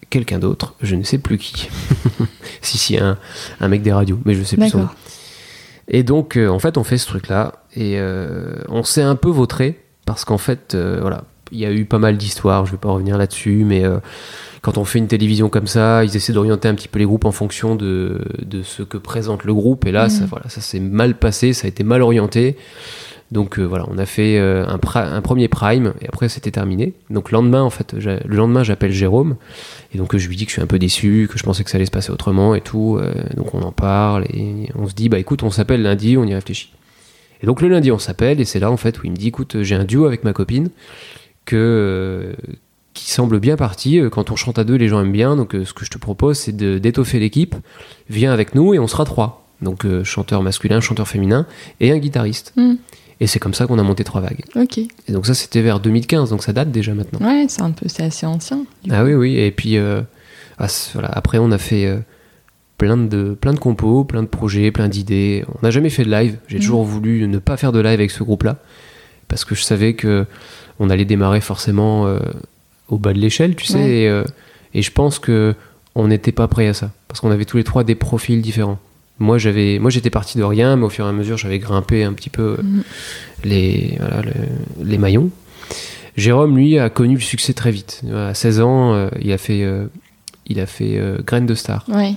quelqu'un d'autre, je ne sais plus qui. si, si, un, un mec des radios, mais je sais plus son nom. Et donc, euh, en fait, on fait ce truc-là, et euh, on s'est un peu vautré, parce qu'en fait, euh, voilà, il y a eu pas mal d'histoires, je vais pas revenir là-dessus, mais euh, quand on fait une télévision comme ça, ils essaient d'orienter un petit peu les groupes en fonction de, de ce que présente le groupe, et là, mmh. ça, voilà, ça s'est mal passé, ça a été mal orienté. Donc euh, voilà, on a fait euh, un, pra- un premier prime et après c'était terminé. Donc le lendemain, en fait, le lendemain j'appelle Jérôme et donc euh, je lui dis que je suis un peu déçu, que je pensais que ça allait se passer autrement et tout. Euh, donc on en parle et on se dit bah écoute, on s'appelle lundi, on y réfléchit. Et donc le lundi on s'appelle et c'est là en fait où il me dit écoute, j'ai un duo avec ma copine que euh, qui semble bien parti. Quand on chante à deux, les gens aiment bien. Donc euh, ce que je te propose, c'est de, d'étoffer l'équipe. Viens avec nous et on sera trois. Donc euh, chanteur masculin, chanteur féminin et un guitariste. Mm. Et c'est comme ça qu'on a monté Trois Vagues. Ok. Et donc ça, c'était vers deux mille quinze, donc ça date déjà maintenant. Ouais, c'est un peu, c'est assez ancien. Ah oui, oui. Et puis euh, ah, voilà. Après, on a fait euh, plein de plein de compos, plein de projets, plein d'idées. On n'a jamais fait de live. J'ai mmh. toujours voulu ne pas faire de live avec ce groupe-là parce que je savais que on allait démarrer forcément euh, au bas de l'échelle, tu sais. Ouais. Et, euh, et je pense que on n'était pas prêts à ça parce qu'on avait tous les trois des profils différents. Moi, j'avais, moi, j'étais parti de rien, mais au fur et à mesure, j'avais grimpé un petit peu mmh. les, voilà, le, les maillons. Jérôme, lui, a connu le succès très vite. À seize ans, euh, il a fait, euh, il a fait euh, Graines de Star. Ouais.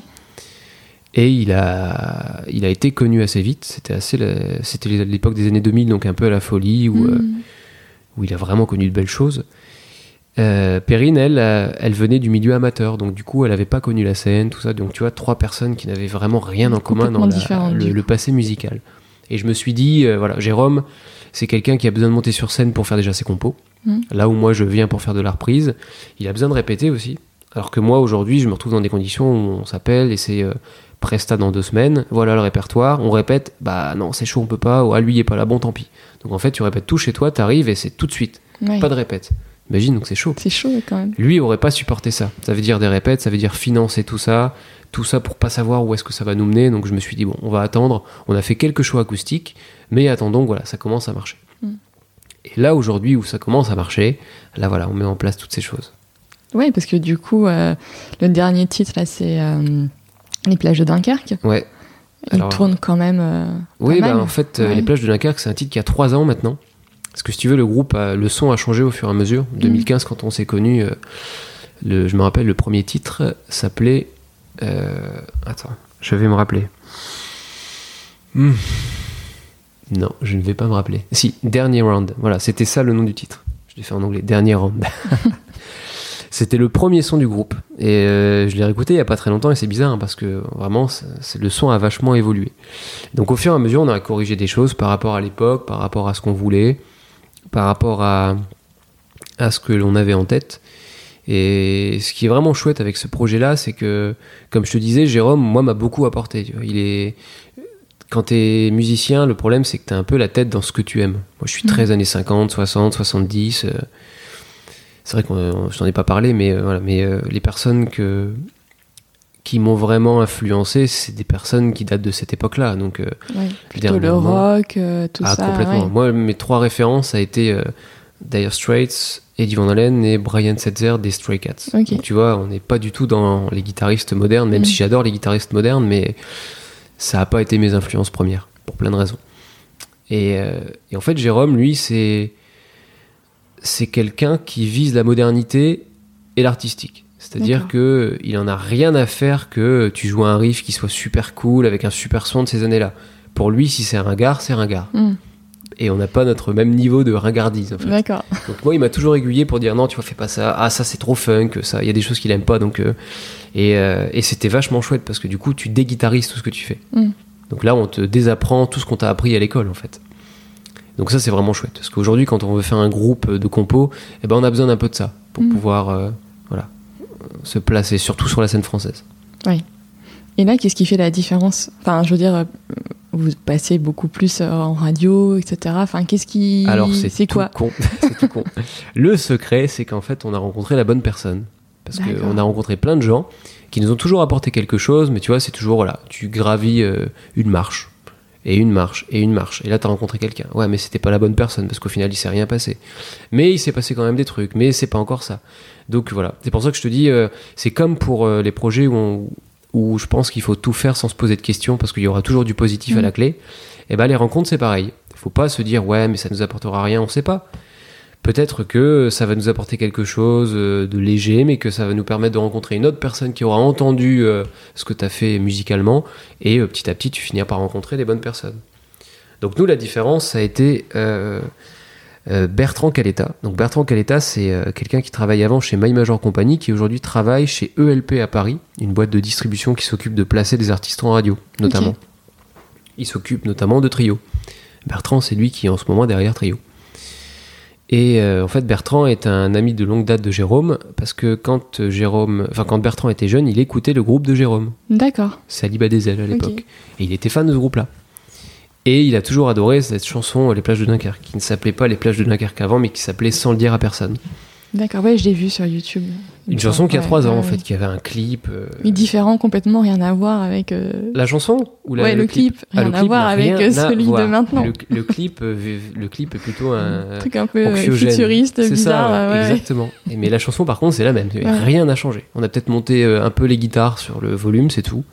Et il a, il a été connu assez vite. C'était, assez la, c'était l'époque des années deux mille, donc un peu à la folie, où, mmh. euh, où il a vraiment connu de belles choses. Euh, Perrine, elle, elle venait du milieu amateur, donc du coup, elle n'avait pas connu la scène, tout ça. Donc tu vois, trois personnes qui n'avaient vraiment rien en commun dans la, le, le passé musical. Et je me suis dit, euh, voilà, Jérôme, c'est quelqu'un qui a besoin de monter sur scène pour faire déjà ses compos. Mmh. Là où moi, je viens pour faire de la reprise. Il a besoin de répéter aussi. Alors que moi, aujourd'hui, je me retrouve dans des conditions où on s'appelle et c'est euh, Presta dans deux semaines. Voilà le répertoire. On répète, bah non, c'est chaud, on peut pas. Oh, ah, lui, il est pas là, bon, tant pis. Donc en fait, tu répètes tout chez toi, t'arrives et c'est tout de suite. Oui. Pas de répète. Imagine, donc c'est chaud. C'est chaud quand même. Lui aurait pas supporté ça. Ça veut dire des répètes, ça veut dire financer tout ça, tout ça pour pas savoir où est-ce que ça va nous mener. Donc je me suis dit bon, on va attendre. On a fait quelques choix acoustiques, mais attendons, voilà, ça commence à marcher. Mm. Et là aujourd'hui où ça commence à marcher, là voilà, on met en place toutes ces choses. Ouais, parce que du coup, euh, le dernier titre là, c'est euh, Les plages de Dunkerque. Ouais. Il Alors, tourne quand même. Euh, oui, bah, mal. en fait, ouais. euh, Les plages de Dunkerque, c'est un titre qui a trois ans maintenant. Parce que si tu veux, le groupe, a, le son a changé au fur et à mesure. En deux mille quinze, mmh. quand on s'est connus, euh, le, je me rappelle, le premier titre s'appelait... Euh, attends, je vais me rappeler. Mmh. Non, je ne vais pas me rappeler. Si, Dernier Round. Voilà, c'était ça le nom du titre. Je l'ai fait en anglais, Dernier Round. C'était le premier son du groupe. Et euh, je l'ai réécouté il n'y a pas très longtemps et c'est bizarre hein, parce que vraiment, c'est, c'est, le son a vachement évolué. Donc au fur et à mesure, on a corrigé des choses par rapport à l'époque, par rapport à ce qu'on voulait, par rapport à, à ce que l'on avait en tête. Et ce qui est vraiment chouette avec ce projet-là, c'est que, comme je te disais, Jérôme, moi, m'a beaucoup apporté. Tu vois. Il est... Quand t'es musicien, le problème, c'est que t'as un peu la tête dans ce que tu aimes. Moi, je suis très années cinquante, soixante, soixante-dix... Euh... C'est vrai qu'on je t'en ai pas parlé, mais, euh, voilà, mais euh, les personnes que, qui m'ont vraiment influencé, c'est des personnes qui datent de cette époque-là. Donc, euh, ouais, plutôt le rock, euh, tout ah, ça. Complètement. Ouais. Moi, mes trois références, ça a été euh, Dire Straits, Eddie Van Halen et Brian Setzer des Stray Cats. Okay. Donc, tu vois, on n'est pas du tout dans les guitaristes modernes, même mmh. si j'adore les guitaristes modernes, mais ça n'a pas été mes influences premières, pour plein de raisons. Et, euh, et en fait, Jérôme, lui, c'est... c'est quelqu'un qui vise la modernité et l'artistique. C'est-à-dire D'accord. qu'il en a rien à faire que tu joues un riff qui soit super cool, avec un super son de ces années-là. Pour lui, si c'est ringard, c'est ringard. Mm. Et on n'a pas notre même niveau de ringardise, en fait. D'accord. Donc moi, il m'a toujours aiguillé pour dire non, tu vois, fais pas ça. Ah, ça, c'est trop funk. Ça, il y a des choses qu'il aime pas. Donc, euh, et, euh, et c'était vachement chouette parce que du coup, tu déguitarises tout ce que tu fais. Mm. Donc là, on te désapprend tout ce qu'on t'a appris à l'école, en fait. Donc ça, c'est vraiment chouette. Parce qu'aujourd'hui, quand on veut faire un groupe de compos, eh ben, on a besoin d'un peu de ça pour mmh. pouvoir euh, voilà, se placer, surtout sur la scène française. Oui. Et là, qu'est-ce qui fait la différence ? Enfin, je veux dire, vous passez beaucoup plus en radio, et cetera. Enfin, qu'est-ce qui... Alors, c'est, c'est tout quoi con. C'est tout con. Le secret, c'est qu'en fait, on a rencontré la bonne personne. Parce D'accord. qu'on a rencontré plein de gens qui nous ont toujours apporté quelque chose, mais tu vois, c'est toujours, voilà, tu gravis euh, une marche. Et une marche, et une marche. Et là, t'as rencontré quelqu'un. Ouais, mais c'était pas la bonne personne, parce qu'au final, il s'est rien passé. Mais il s'est passé quand même des trucs, mais c'est pas encore ça. Donc voilà. C'est pour ça que je te dis, euh, c'est comme pour euh, les projets où, on, où je pense qu'il faut tout faire sans se poser de questions, parce qu'il y aura toujours du positif mmh. à la clé. Et ben les rencontres, c'est pareil. Faut pas se dire, ouais, mais ça nous apportera rien, on sait pas. Peut-être que ça va nous apporter quelque chose de léger, mais que ça va nous permettre de rencontrer une autre personne qui aura entendu euh, ce que tu as fait musicalement, et euh, petit à petit, tu finiras par rencontrer les bonnes personnes. Donc nous, la différence, ça a été euh, euh, Bertrand Caletta. Donc Bertrand Caletta, c'est euh, quelqu'un qui travaillait avant chez My Major Company, qui aujourd'hui travaille chez E L P à Paris, une boîte de distribution qui s'occupe de placer des artistes en radio, notamment. Okay. Il s'occupe notamment de Trio. Bertrand, c'est lui qui est en ce moment derrière Trio. Et euh, en fait, Bertrand est un ami de longue date de Jérôme, parce que quand Jérôme, enfin quand Bertrand était jeune, il écoutait le groupe de Jérôme. D'accord. Saliba des ailes à l'époque. Okay. Et il était fan de ce groupe-là. Et il a toujours adoré cette chanson Les plages de Dunkerque, qui ne s'appelait pas Les plages de Dunkerque avant, mais qui s'appelait Sans le dire à personne. D'accord, ouais, je l'ai vu sur YouTube. Une chanson qui a ouais, trois ans, ouais, en fait, ouais. qui avait un clip... Euh... Mais différent, complètement rien à voir avec... Euh... La chanson ou la, Ouais, le, le clip, clip. Rien ah, le à clip voir avec rien celui voir. de maintenant. Le, le, clip, euh, le clip est plutôt un... un truc un peu anxiogène. Futuriste, c'est bizarre. Ça, ouais, ouais. Exactement. Et, mais la chanson, par contre, c'est la même. Ouais. Rien n'a changé. On a peut-être monté euh, un peu les guitares sur le volume, c'est tout.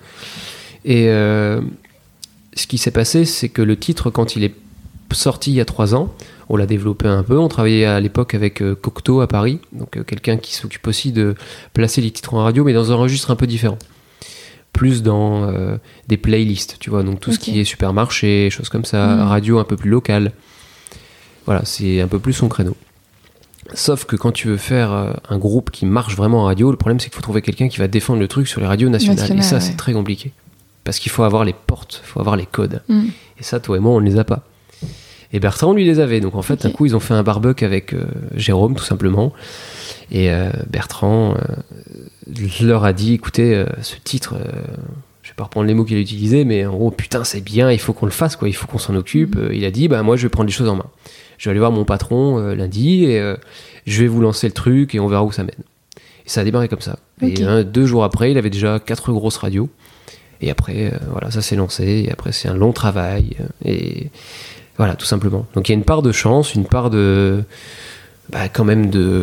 Et euh, ce qui s'est passé, c'est que le titre, quand il est sorti il y a trois ans, on l'a développé un peu. On travaillait à l'époque avec euh, Cocteau à Paris, donc euh, quelqu'un qui s'occupe aussi de placer les titres en radio, mais dans un registre un peu différent. Plus dans euh, des playlists, tu vois, donc tout okay. ce qui est supermarché, choses comme ça, mmh. radio un peu plus locale. Voilà, c'est un peu plus son créneau. Sauf que quand tu veux faire euh, un groupe qui marche vraiment en radio, le problème c'est qu'il faut trouver quelqu'un qui va défendre le truc sur les radios nationales. National, et ça, ouais. c'est très compliqué. Parce qu'il faut avoir les portes, il faut avoir les codes. Mmh. Et ça, toi et moi, on ne les a pas. Et Bertrand, lui, les avait. Donc, en fait, okay. un coup, ils ont fait un barbecue avec euh, Jérôme, tout simplement. Et euh, Bertrand euh, leur a dit, écoutez, euh, ce titre, euh, je vais pas reprendre les mots qu'il a utilisés, mais en gros, putain, c'est bien, il faut qu'on le fasse, quoi. Il faut qu'on s'en occupe. Mmh. Il a dit, bah, moi, je vais prendre les choses en main. Je vais aller voir mon patron euh, lundi et euh, je vais vous lancer le truc et on verra où ça mène. Et ça a démarré comme ça. Okay. Et hein, deux jours après, il avait déjà quatre grosses radios. Et après, euh, voilà, ça s'est lancé. Et après, c'est un long travail. Et... Voilà, tout simplement. Donc il y a une part de chance, une part de... Bah, quand même de...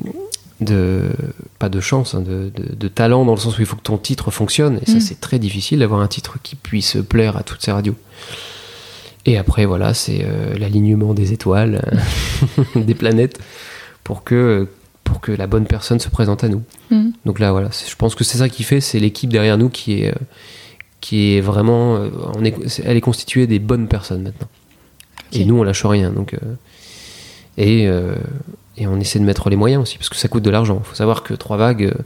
de pas de chance, hein, de, de, de talent, dans le sens où il faut que ton titre fonctionne. Et mmh. ça, c'est très difficile d'avoir un titre qui puisse plaire à toutes ces radios. Et après, voilà, c'est euh, l'alignement des étoiles, des planètes, pour que, pour que la bonne personne se présente à nous. Mmh. Donc là, voilà, je pense que c'est ça qui fait, c'est l'équipe derrière nous qui est, euh, qui est vraiment... Euh, on est, elle est constituée des bonnes personnes maintenant. Okay. Et nous, on lâche rien. Donc, euh, et, euh, et on essaie de mettre les moyens aussi, parce que ça coûte de l'argent. Il faut savoir que Trois Vagues, euh,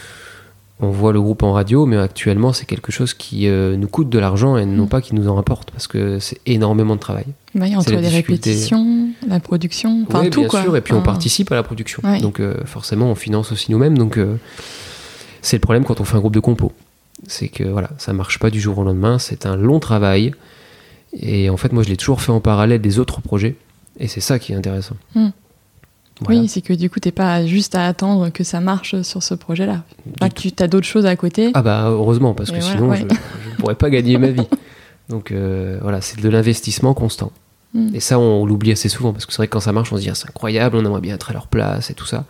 on voit le groupe en radio, mais actuellement, c'est quelque chose qui euh, nous coûte de l'argent et non mmh. pas qui nous en rapporte, parce que c'est énormément de travail. Bah, entre les répétitions, la production, enfin ouais, tout, bien quoi. sûr, et puis ah. on participe à la production. Ouais. Donc euh, forcément, on finance aussi nous-mêmes. Donc euh, c'est le problème quand on fait un groupe de compos. C'est que voilà, ça marche pas du jour au lendemain, c'est un long travail. Et en fait, moi, je l'ai toujours fait en parallèle des autres projets. Et c'est ça qui est intéressant. Mmh. Voilà. Oui, c'est que du coup, t'es pas juste à attendre que ça marche sur ce projet-là. Enfin, tu as d'autres choses à côté. Ah bah, heureusement, parce que voilà, sinon, ouais. je ne pourrais pas gagner ma vie. Donc euh, voilà, c'est de l'investissement constant. Mmh. Et ça, on, on l'oublie assez souvent. Parce que c'est vrai que quand ça marche, on se dit, ah, c'est incroyable, on aimerait bien être à leur place et tout ça.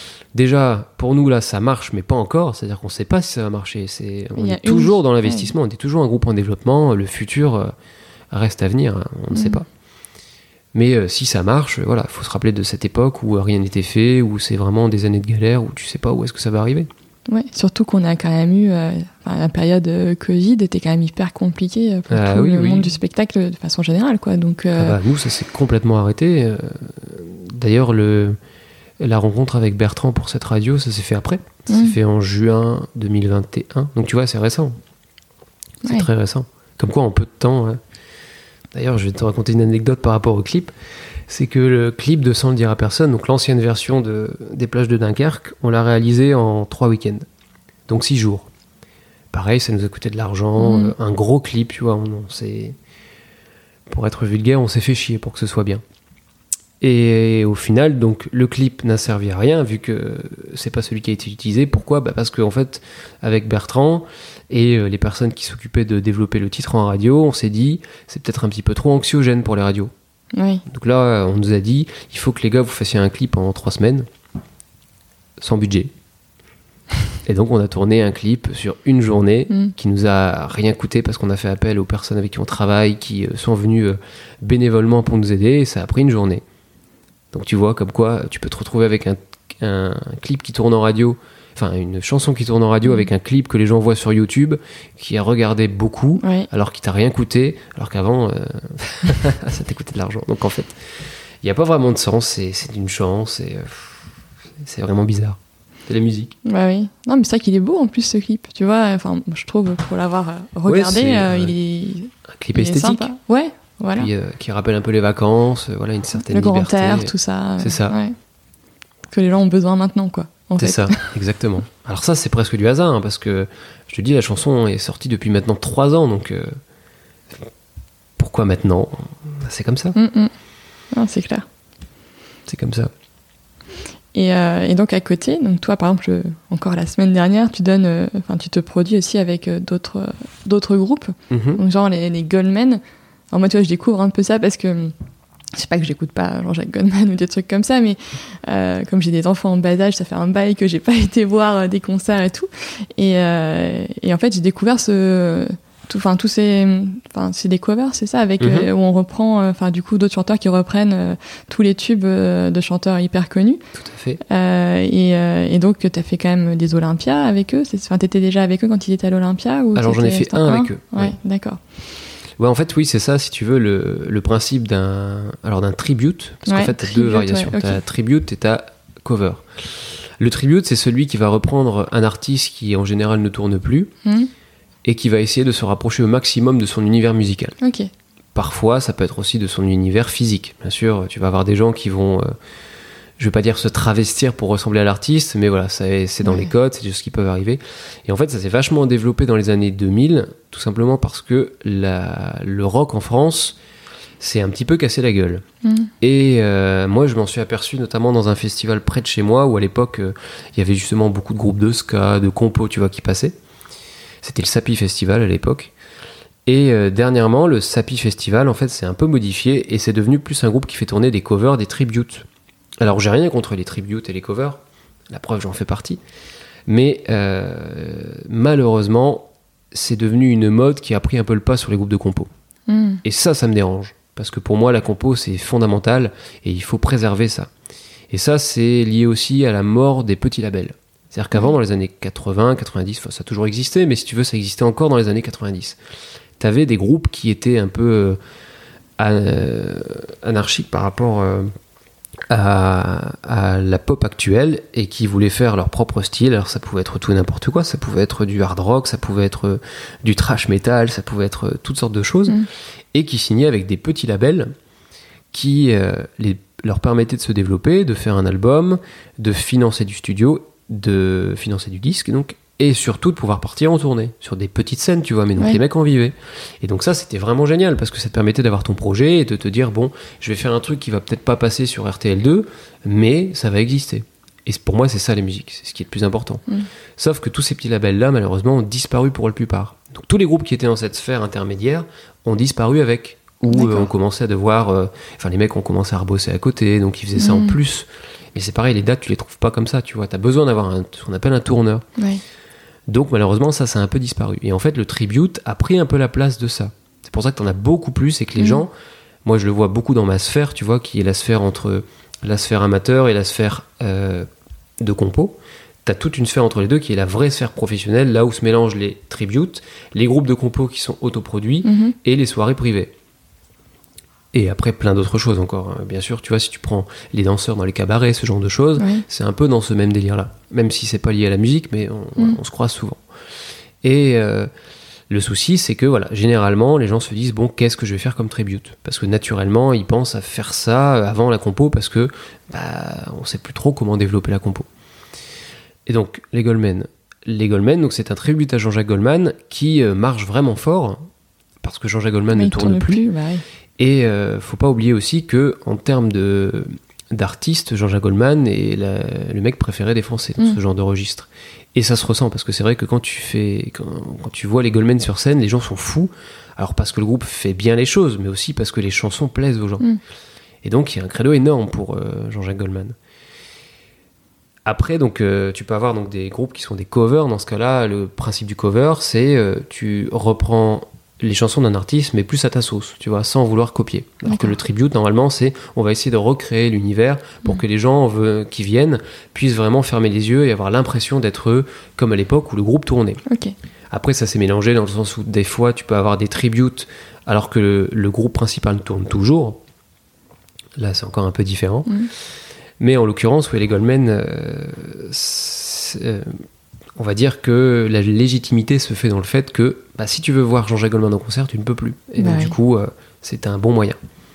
Déjà, pour nous, là, ça marche, mais pas encore. C'est-à-dire qu'on ne sait pas si ça va marcher. C'est, on est toujours une... dans l'investissement. Ouais. On est toujours un groupe en développement. Le futur... Euh, reste à venir, on ne mmh. sait pas. Mais euh, si ça marche, voilà, il faut se rappeler de cette époque où rien n'était fait, où c'est vraiment des années de galère, où tu sais pas où est-ce que ça va arriver. Ouais, surtout qu'on a quand même eu, euh, la période euh, Covid était quand même hyper compliquée pour ah, tout oui, le oui. monde du spectacle de façon générale, quoi. Donc, euh... ah bah, nous, ça s'est complètement arrêté. Euh, d'ailleurs, le, la rencontre avec Bertrand pour cette radio, ça s'est fait après. Ça mmh. s'est fait en juin deux mille vingt et un. Donc tu vois, c'est récent. C'est ouais. très récent. Comme quoi, en peu de temps... Hein, d'ailleurs, je vais te raconter une anecdote par rapport au clip. C'est que le clip de Sans le dire à personne, donc l'ancienne version de, des plages de Dunkerque, on l'a réalisé en trois week-ends. Donc six jours. Pareil, ça nous a coûté de l'argent. Mmh. Un gros clip, tu vois. On, on s'est, pour être vulgaire, on s'est fait chier pour que ce soit bien. Et au final, donc, le clip n'a servi à rien vu que c'est pas celui qui a été utilisé. Pourquoi ? Bah parce qu'en fait, avec Bertrand et les personnes qui s'occupaient de développer le titre en radio, on s'est dit c'est peut-être un petit peu trop anxiogène pour les radios. Oui. Donc là, on nous a dit il faut que les gars vous fassiez un clip en trois semaines sans budget. Et donc on a tourné un clip sur une journée mm. qui nous a rien coûté parce qu'on a fait appel aux personnes avec qui on travaille, qui sont venues bénévolement pour nous aider, et ça a pris une journée. Donc tu vois comme quoi tu peux te retrouver avec un, un clip qui tourne en radio, enfin une chanson qui tourne en radio mmh. avec un clip que les gens voient sur YouTube, qui a regardé beaucoup, oui. alors qu'il t'a rien coûté, alors qu'avant euh, ça t'a coûté de l'argent. Donc en fait, il n'y a pas vraiment de sens, c'est, c'est d'une chance, et, euh, c'est vraiment bizarre. C'est la musique. Bah oui. Non, mais c'est vrai qu'il est beau en plus ce clip, tu vois. Enfin, je trouve pour l'avoir regardé, ouais, euh, il est un clip esthétique. Sympa. Ouais, voilà. Puis, euh, qui rappelle un peu les vacances, euh, voilà, une certaine le liberté. Le grand air, tout ça. C'est ça. Ouais. Que les gens ont besoin maintenant, quoi. En c'est fait. ça, exactement. Alors ça, c'est presque du hasard, hein, parce que je te dis, la chanson est sortie depuis maintenant trois ans, donc euh, pourquoi maintenant ? C'est comme ça. Mm-mm. Non, c'est clair. C'est comme ça. Et, euh, et donc à côté, donc toi par exemple, je, encore la semaine dernière, tu donnes, enfin euh, tu te produis aussi avec euh, d'autres euh, d'autres groupes, mm-hmm. donc genre les, les Goldman. Alors moi, tu vois, je découvre un peu ça parce que je sais pas que j'écoute pas Jean-Jacques Goldman ou des trucs comme ça, mais euh, comme j'ai des enfants en bas âge, ça fait un bail que j'ai pas été voir euh, des concerts et tout. Et, euh, et en fait, j'ai découvert ce Enfin, tous ces, enfin, c'est des covers, c'est ça, avec mm-hmm. euh, où on reprend, enfin, euh, du coup, d'autres chanteurs qui reprennent euh, tous les tubes euh, de chanteurs hyper connus. Tout à fait. Euh, et, euh, et donc, t'as fait quand même des Olympias avec eux. C'est, enfin, t'étais déjà avec eux quand ils étaient à l'Olympia ou Alors, j'en ai fait un, un avec eux. Ouais, ouais, d'accord. Ouais, en fait, oui, c'est ça, si tu veux, le, le principe d'un, alors d'un tribute, parce ouais, qu'en fait, t'as tribute, deux variations. Ouais, okay. T'as tribute et t'as cover. Le tribute, c'est celui qui va reprendre un artiste qui, en général, ne tourne plus. Mm. Et qui va essayer de se rapprocher au maximum de son univers musical. Okay. Parfois, ça peut être aussi de son univers physique. Bien sûr, tu vas avoir des gens qui vont, euh, je ne vais pas dire se travestir pour ressembler à l'artiste, mais voilà, ça, c'est dans ouais. les codes, c'est des choses qui peuvent arriver. Et en fait, ça s'est vachement développé dans les années deux mille, tout simplement parce que la, le rock en France s'est un petit peu cassé la gueule. Mm. Et euh, moi, je m'en suis aperçu notamment dans un festival près de chez moi, où à l'époque, euh, il y avait justement beaucoup de groupes de ska, de compos, tu vois, qui passaient. C'était le Sapi Festival à l'époque. Et euh, dernièrement, le Sapi Festival, en fait, s'est un peu modifié et c'est devenu plus un groupe qui fait tourner des covers, des tributes. Alors, j'ai rien contre les tributes et les covers. La preuve, j'en fais partie. Mais euh, malheureusement, c'est devenu une mode qui a pris un peu le pas sur les groupes de compos. Mm. Et ça, ça me dérange. Parce que pour moi, la compo, c'est fondamental et il faut préserver ça. Et ça, c'est lié aussi à la mort des petits labels. C'est-à-dire qu'avant, dans les années quatre-vingts, quatre-vingt-dix, ça a toujours existé, mais si tu veux, ça existait encore dans les années quatre-vingt-dix. T'avais des groupes qui étaient un peu euh, anarchiques par rapport euh, à, à la pop actuelle et qui voulaient faire leur propre style. Alors ça pouvait être tout et n'importe quoi, ça pouvait être du hard rock, ça pouvait être du thrash metal, ça pouvait être toutes sortes de choses, mmh. et qui signaient avec des petits labels qui euh, les, leur permettaient de se développer, de faire un album, de financer du studio, de financer du disque donc, et surtout de pouvoir partir en tournée sur des petites scènes, tu vois, mais donc ouais. les mecs en vivaient. Et donc ça, c'était vraiment génial parce que ça te permettait d'avoir ton projet et de te dire bon, je vais faire un truc qui va peut-être pas passer sur R T L deux, mais ça va exister. Et pour moi, c'est ça la musique, c'est ce qui est le plus important. Mm. Sauf que tous ces petits labels-là, malheureusement, ont disparu pour la plupart. Donc tous les groupes qui étaient dans cette sphère intermédiaire ont disparu avec, ou euh, on commençait à devoir, euh, enfin les mecs ont commencé à rebosser à côté, donc ils faisaient ça mm. en plus. Mais c'est pareil, les dates, tu les trouves pas comme ça, tu vois. T'as besoin d'avoir un, ce qu'on appelle un tourneur. Ouais. Donc, malheureusement, ça, ça a un peu disparu. Et en fait, le tribute a pris un peu la place de ça. C'est pour ça que t'en as beaucoup plus et que les mmh. gens... Moi, je le vois beaucoup dans ma sphère, tu vois, qui est la sphère entre la sphère amateur et la sphère euh, de compo. T'as toute une sphère entre les deux qui est la vraie sphère professionnelle, là où se mélangent les tributes, les groupes de compos qui sont autoproduits mmh. et les soirées privées. Et après, plein d'autres choses encore. Bien sûr, tu vois, si tu prends les danseurs dans les cabarets, ce genre de choses, oui. c'est un peu dans ce même délire-là. Même si c'est pas lié à la musique, mais on, mm. on se croise souvent. Et euh, le souci, c'est que, voilà, généralement, les gens se disent, bon, qu'est-ce que je vais faire comme tribute ? Parce que naturellement, ils pensent à faire ça avant la compo, parce que bah, on sait plus trop comment développer la compo. Et donc, les Goldman. Les Goldman, donc c'est un tribute à Jean-Jacques Goldman qui euh, marche vraiment fort, parce que Jean-Jacques Goldman mais ne tourne, tourne plus. plus bah oui. Et euh, faut pas oublier aussi que en termes de d'artistes, Jean-Jacques Goldman est la, le mec préféré des Français dans mmh. ce genre de registre. Et ça se ressent parce que c'est vrai que quand tu fais, quand, quand tu vois les Goldman sur scène, les gens sont fous. Alors parce que le groupe fait bien les choses, mais aussi parce que les chansons plaisent aux gens. Mmh. Et donc il y a un credo énorme pour euh, Jean-Jacques Goldman. Après, donc euh, tu peux avoir donc des groupes qui sont des covers. Dans ce cas-là, le principe du cover, c'est euh, tu reprends les chansons d'un artiste, mais plus à ta sauce, tu vois, sans vouloir copier. Alors D'accord. que le tribute, normalement, c'est on va essayer de recréer l'univers pour mmh. que les gens veut, qui viennent puissent vraiment fermer les yeux et avoir l'impression d'être eux, comme à l'époque où le groupe tournait. Okay. Après, ça s'est mélangé dans le sens où des fois, tu peux avoir des tributes alors que le, le groupe principal tourne toujours. Là, c'est encore un peu différent. Mmh. Mais en l'occurrence, oui, les Goldman, euh, euh, on va dire que la légitimité se fait dans le fait que bah, si tu veux voir Jean-Jacques Goldman en concert, tu ne peux plus. Et bah donc, oui. du coup, euh, c'est un bon moyen.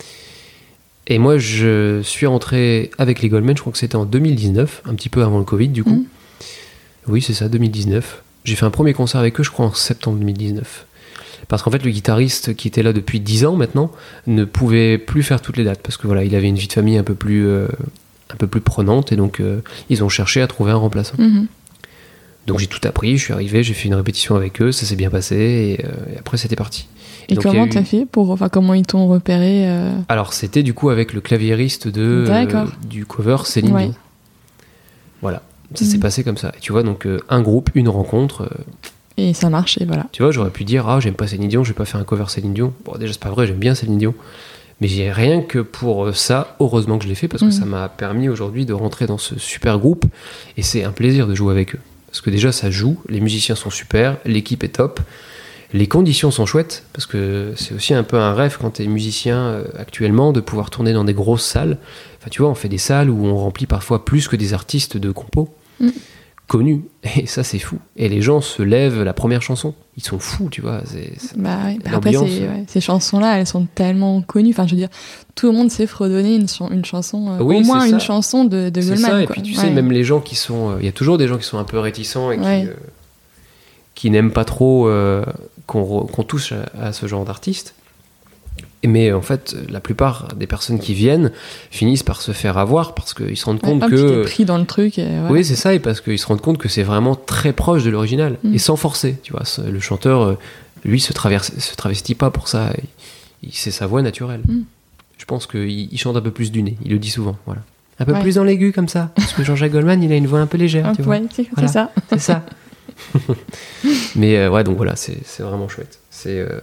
Et moi, je suis rentré avec les Goldman, je crois que c'était en deux mille dix-neuf, un petit peu avant le Covid, du coup. Mmh. Oui, c'est ça, deux mille dix-neuf. J'ai fait un premier concert avec eux, je crois, en septembre deux mille dix-neuf. Parce qu'en fait, le guitariste qui était là depuis dix ans maintenant ne pouvait plus faire toutes les dates. Parce que voilà, il avait une vie de famille un peu plus, euh, un peu plus prenante. Et donc, euh, ils ont cherché à trouver un remplaçant. Mmh. Donc, j'ai tout appris. Je suis arrivé, j'ai fait une répétition avec eux. Ça s'est bien passé. Et, euh, et après, c'était parti. Et, et donc, comment eu... t'as fait pour, enfin, comment ils t'ont repéré euh... Alors, c'était du coup avec le claviériste de, euh, du cover Céline Dion. Ouais. Voilà. Ça mmh. s'est passé comme ça. Et tu vois, donc, euh, un groupe, une rencontre. Euh, Et ça marche, et voilà. Tu vois, j'aurais pu dire, ah, j'aime pas Céline Dion, je vais pas faire un cover Céline Dion. Bon, déjà, c'est pas vrai, j'aime bien Céline Dion. Mais j'ai rien que pour ça, heureusement que je l'ai fait, parce que mmh. ça m'a permis aujourd'hui de rentrer dans ce super groupe. Et c'est un plaisir de jouer avec eux. Parce que déjà, ça joue, les musiciens sont super, l'équipe est top, les conditions sont chouettes, parce que c'est aussi un peu un rêve quand t'es musicien euh, actuellement, de pouvoir tourner dans des grosses salles. Enfin, tu vois, on fait des salles où on remplit parfois plus que des artistes de compos. Mmh. Connus, et ça c'est fou, et les gens se lèvent la première chanson, ils sont fous, tu vois, c'est, c'est bah oui. Après c'est, ouais, ces chansons là elles sont tellement connues, enfin je veux dire tout le monde sait fredonner une, une chanson euh, oui, au moins une chanson de, de Goldman, ça, et quoi. puis tu ouais. sais, même les gens qui sont, il euh, y a toujours des gens qui sont un peu réticents et qui, ouais. euh, qui n'aiment pas trop euh, qu'on, qu'on touche à, à ce genre d'artiste. Mais en fait, la plupart des personnes qui viennent finissent par se faire avoir parce qu'ils se rendent ouais, compte hop, que... tu t'es pris dans le truc. Et voilà. Oui, c'est ça, et parce qu'ils se rendent compte que c'est vraiment très proche de l'original, mm. et sans forcer, tu vois. Le chanteur, lui, se, traverse, se travestit pas pour ça. Il, c'est sa voix naturelle. Mm. Je pense qu'il il chante un peu plus du nez, il le dit souvent, voilà. Un peu ouais. plus dans l'aigu, comme ça. Parce que Jean-Jacques Goldman, il a une voix un peu légère, un tu ouais, vois. C'est, voilà. c'est ça. C'est ça. Mais euh, ouais, donc voilà, c'est, c'est vraiment chouette. C'est... Euh,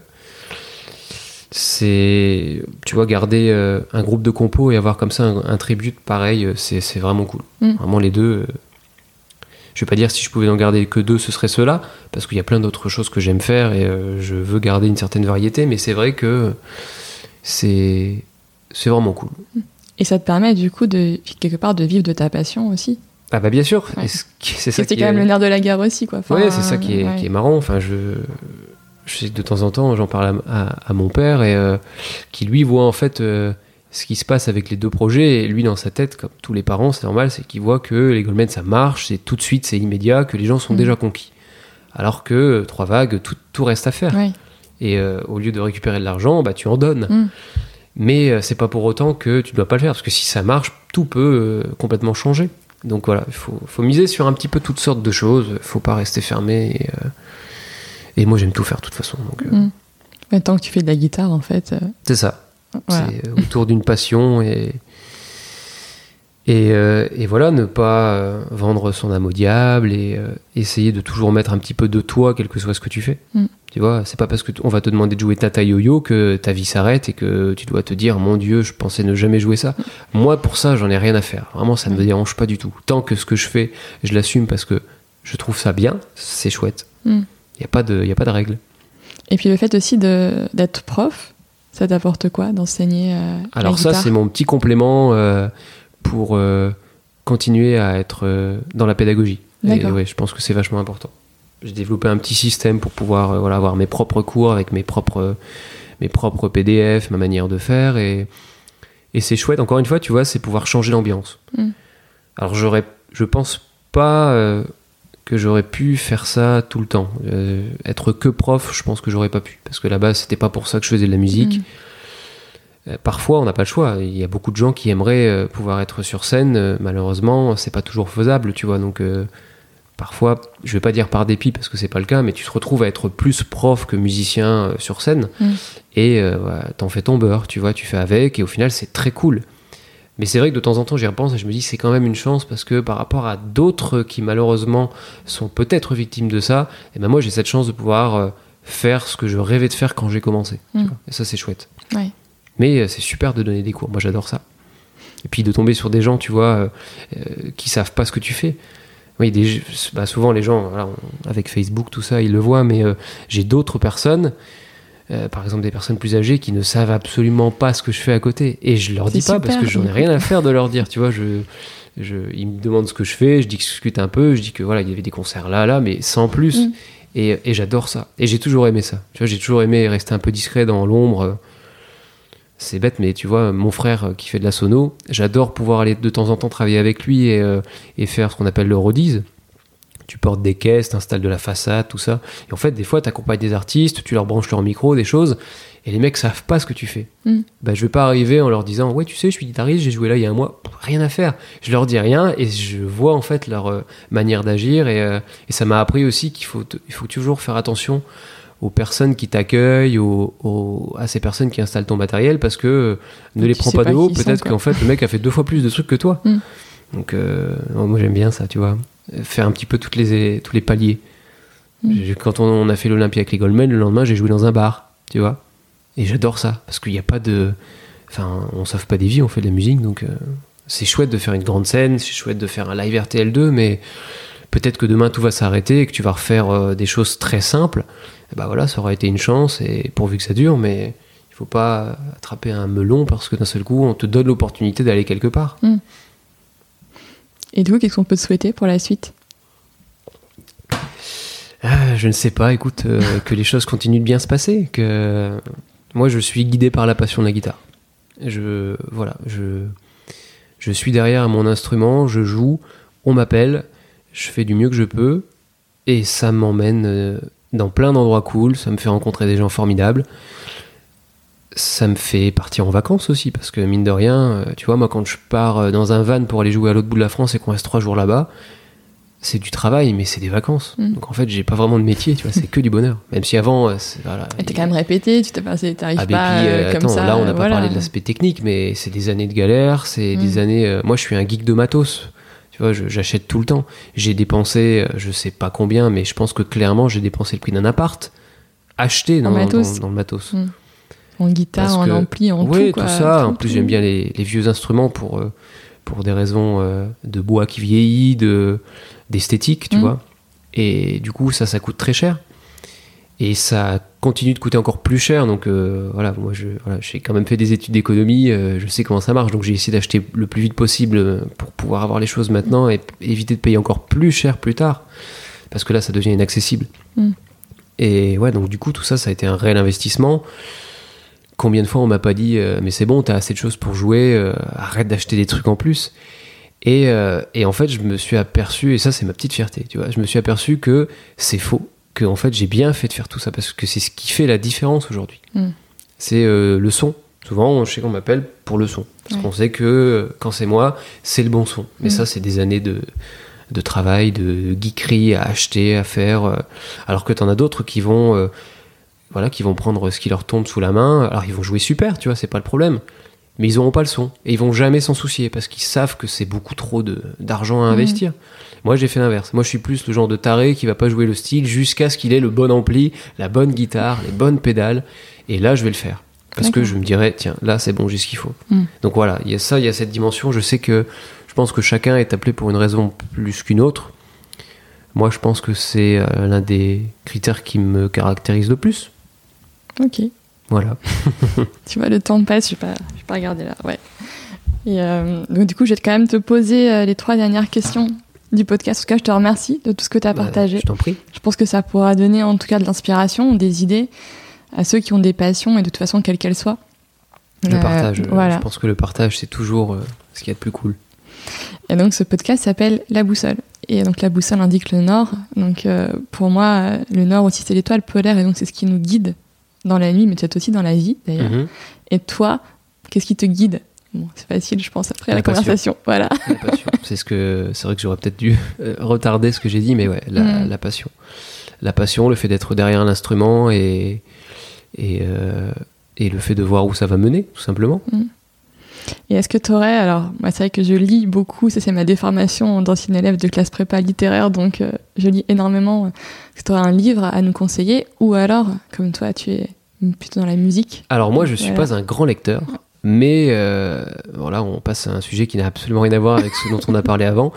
c'est, tu vois, garder euh, un groupe de compos et avoir comme ça un, un tribute pareil, c'est, c'est vraiment cool. Mm. Vraiment les deux. Euh, je vais pas dire si je pouvais en garder que deux, ce serait ceux-là, parce qu'il y a plein d'autres choses que j'aime faire et euh, je veux garder une certaine variété, mais c'est vrai que c'est, c'est vraiment cool. Et ça te permet du coup de quelque part de vivre de ta passion aussi. Ah bah bien sûr. Ouais. Et c'est, c'est ça c'est qui quand est... même le nerf de la guerre aussi, quoi. Enfin, ouais, c'est ça qui est, ouais. qui est marrant. Enfin, je Je sais que de temps en temps, j'en parle à, à, à mon père, et euh, qui lui voit en fait euh, ce qui se passe avec les deux projets. Et lui, dans sa tête, comme tous les parents, c'est normal, c'est qu'il voit que les Goldman, ça marche, c'est tout de suite, c'est immédiat, que les gens sont mmh. déjà conquis. Alors que euh, Trois Vagues, tout, tout reste à faire. Ouais. Et euh, au lieu de récupérer de l'argent, bah, tu en donnes. Mmh. Mais euh, c'est pas pour autant que tu dois pas le faire, parce que si ça marche, tout peut euh, complètement changer. Donc voilà, il faut, faut miser sur un petit peu toutes sortes de choses. Il faut pas rester fermé. Et, euh, Et moi, j'aime tout faire, de toute façon. Donc, euh... mmh. Mais tant que tu fais de la guitare, en fait... Euh... C'est ça. Voilà. C'est autour d'une passion. Et, et, euh, et voilà, ne pas euh, vendre son âme au diable et euh, essayer de toujours mettre un petit peu de toi, quel que soit ce que tu fais. Mmh. Tu vois, c'est pas parce qu'on va te demander de jouer Tata Yo-Yo que ta vie s'arrête et que tu dois te dire, mon Dieu, je pensais ne jamais jouer ça. Mmh. Moi, pour ça, j'en ai rien à faire. Vraiment, ça ne me dérange pas du tout. Tant que ce que je fais, je l'assume parce que je trouve ça bien, c'est chouette. Mmh. Il n'y a pas de, y a pas de règle. Et puis le fait aussi de, d'être prof, ça t'apporte quoi d'enseigner euh, Alors la ça, guitare ? C'est mon petit complément euh, pour euh, continuer à être euh, dans la pédagogie. D'accord. Et ouais, je pense que c'est vachement important. J'ai développé un petit système pour pouvoir euh, voilà, avoir mes propres cours avec mes propres, mes propres P D F, ma manière de faire. Et, et c'est chouette. Encore une fois, tu vois, c'est pouvoir changer l'ambiance. Mm. Alors j'aurais, je pense pas... Euh, que j'aurais pu faire ça tout le temps. Euh, être que prof, je pense que j'aurais pas pu. Parce que là-bas, c'était pas pour ça que je faisais de la musique. Mmh. euh, parfois on n'a pas le choix. Il y a beaucoup de gens qui aimeraient euh, pouvoir être sur scène. Euh, malheureusement, c'est pas toujours faisable, tu vois. Donc euh, parfois, je vais pas dire par dépit parce que c'est pas le cas, mais tu te retrouves à être plus prof que musicien euh, sur scène. Mm. Et euh, ouais, t'en fais ton beurre, tu vois, tu fais avec, et au final, c'est très cool. Mais c'est vrai que de temps en temps, j'y repense et je me dis c'est quand même une chance parce que par rapport à d'autres qui malheureusement sont peut-être victimes de ça, et ben moi j'ai cette chance de pouvoir euh, faire ce que je rêvais de faire quand j'ai commencé. Mm. Tu vois, et ça c'est chouette. Ouais. Mais euh, c'est super de donner des cours, moi j'adore ça. Et puis de tomber sur des gens, tu vois, euh, euh, qui savent pas ce que tu fais. Oui, des, bah souvent les gens, voilà, on, avec Facebook, tout ça, ils le voient, mais euh, j'ai d'autres personnes. Euh, par exemple des personnes plus âgées qui ne savent absolument pas ce que je fais à côté et je leur c'est dis pas super, parce que j'en ai rien à faire de leur dire, tu vois, je, je, ils me demandent ce que je fais, je discute un peu, je dis que voilà il y avait des concerts là là mais sans plus. Mm. et, et j'adore ça et j'ai toujours aimé ça, tu vois, j'ai toujours aimé rester un peu discret dans l'ombre. C'est bête mais tu vois, mon frère qui fait de la sono, j'adore pouvoir aller de temps en temps travailler avec lui et, euh, et faire ce qu'on appelle le roadies. Tu portes des caisses, t'installes de la façade, tout ça. Et en fait, des fois, t'accompagnes des artistes, tu leur branches leur micro, des choses, et les mecs savent pas ce que tu fais. Mm. Bah, je vais pas arriver en leur disant « Ouais, tu sais, je suis guitariste, j'ai joué là il y a un mois. » Rien à faire. Je leur dis rien, et je vois en fait leur euh, manière d'agir, et, euh, et ça m'a appris aussi qu'il faut, te, il faut toujours faire attention aux personnes qui t'accueillent, aux, aux, à ces personnes qui installent ton matériel, parce que euh, ne les prends pas de haut, peut-être qu'en fait, le mec a fait deux fois plus de trucs que toi. Mm. Donc, euh, moi, j'aime bien ça, tu vois. Faire un petit peu toutes les, tous les paliers. Mmh. Quand on a fait l'Olympia avec les Goldman, le lendemain j'ai joué dans un bar, tu vois. Et j'adore ça, parce qu'il n'y a pas de... Enfin, on ne sauve pas des vies, on fait de la musique, donc euh, c'est chouette de faire une grande scène, c'est chouette de faire un live R T L deux, mais peut-être que demain tout va s'arrêter et que tu vas refaire euh, des choses très simples. Et bah voilà, ça aura été une chance, et pourvu que ça dure, mais il ne faut pas attraper un melon parce que d'un seul coup, on te donne l'opportunité d'aller quelque part. Mmh. Et du coup, qu'est-ce qu'on peut te souhaiter pour la suite ? ah, Je ne sais pas, écoute, euh, que les choses continuent de bien se passer. Que... Moi, je suis guidé par la passion de la guitare. Je, voilà, je, je suis derrière mon instrument, je joue, on m'appelle, je fais du mieux que je peux, et ça m'emmène dans plein d'endroits cool, ça me fait rencontrer des gens formidables. Ça me fait partir en vacances aussi, parce que mine de rien, tu vois, moi quand je pars dans un van pour aller jouer à l'autre bout de la France et qu'on reste trois jours là-bas, c'est du travail, mais c'est des vacances. Mmh. Donc en fait, j'ai pas vraiment de métier, tu vois, c'est que du bonheur. Même si avant, c'est, voilà. Et t'es quand même répété, tu t'es passé, t'arrives ah, pas puis, euh, comme attends, ça. Là, on n'a pas voilà. parlé de l'aspect technique, mais c'est des années de galère, c'est mmh. des années. Euh, moi, je suis un geek de matos. Tu vois, je, j'achète tout le temps. J'ai dépensé, je sais pas combien, mais je pense que clairement, j'ai dépensé le prix d'un appart acheté dans, dans, dans le matos. Mmh. En guitare, Parce en que, ampli, en oui, tout. Quoi, tout ça. Tout, en plus, tout. j'aime bien les, les vieux instruments pour, euh, pour des raisons euh, de bois qui vieillit, de, d'esthétique, tu mmh. vois. Et du coup, ça, ça coûte très cher. Et ça continue de coûter encore plus cher. Donc euh, voilà, moi, je, voilà, j'ai quand même fait des études d'économie. Euh, je sais comment ça marche. Donc j'ai essayé d'acheter le plus vite possible pour pouvoir avoir les choses maintenant et éviter de payer encore plus cher plus tard. Parce que là, ça devient inaccessible. Mmh. Et ouais, donc du coup, tout ça, ça a été un réel investissement. Combien de fois on m'a pas dit euh, mais c'est bon, t'as assez de choses pour jouer, euh, arrête d'acheter des trucs en plus. Et, euh, et en fait, je me suis aperçu, et ça c'est ma petite fierté, tu vois, je me suis aperçu que c'est faux, que en fait j'ai bien fait de faire tout ça parce que c'est ce qui fait la différence aujourd'hui. Mm. C'est euh, le son. Souvent, je sais qu'on m'appelle pour le son, parce ouais. qu'on sait que quand c'est moi, c'est le bon son. Mais mm. ça, c'est des années de de travail, de geekerie à acheter, à faire. Euh, alors que t'en as d'autres qui vont euh, Voilà, qui vont prendre ce qui leur tombe sous la main. Alors ils vont jouer super, tu vois, c'est pas le problème. Mais ils n'auront pas le son. Et ils vont jamais s'en soucier parce qu'ils savent que c'est beaucoup trop de, d'argent à investir. Mmh. Moi, j'ai fait l'inverse. Moi, je suis plus le genre de taré qui va pas jouer le style jusqu'à ce qu'il ait le bon ampli, la bonne guitare, les bonnes pédales. Et là, je vais le faire. Parce D'accord. que je me dirais, tiens, là, c'est bon, j'ai ce qu'il faut. Mmh. Donc voilà, il y a ça, il y a cette dimension. Je sais que je pense que chacun est appelé pour une raison plus qu'une autre. Moi, je pense que c'est euh, l'un des critères qui me caractérise le plus. Ok. Voilà. Tu vois, le temps passe, je ne vais pas regarder là. Ouais. Et euh, donc, du coup, je vais quand même te poser euh, les trois dernières questions du podcast. En tout cas, je te remercie de tout ce que tu as bah, partagé. Je t'en prie. Je pense que ça pourra donner en tout cas de l'inspiration, des idées à ceux qui ont des passions et de toute façon, quelles qu'elles soient. Le euh, partage. Voilà. Je pense que le partage, c'est toujours euh, ce qu'il y a de plus cool. Et donc, ce podcast s'appelle La Boussole. Et donc, la boussole indique le nord. Donc, euh, pour moi, le nord aussi, c'est l'étoile polaire. Et donc, c'est ce qui nous guide dans la nuit, mais peut-être aussi dans la vie, d'ailleurs. Mm-hmm. Et toi, Qu'est-ce qui te guide ? Bon, c'est facile, je pense, après la, la conversation. Voilà. La passion. C'est, ce que, c'est vrai que j'aurais peut-être dû euh, retarder ce que j'ai dit, mais ouais, la, mmh. la passion. La passion, le fait d'être derrière l'instrument et, et, euh, et le fait de voir où ça va mener, tout simplement. Mmh. Et est-ce que tu aurais, alors moi c'est vrai que je lis beaucoup, ça c'est ma déformation d'ancienne élève de classe prépa littéraire, donc euh, je lis énormément. Est-ce que tu aurais un livre à nous conseiller, ou alors, comme toi tu es plutôt dans la musique? Alors moi je suis voilà. pas un grand lecteur, mais euh, voilà, on passe à un sujet qui n'a absolument rien à voir avec ce dont on a parlé avant.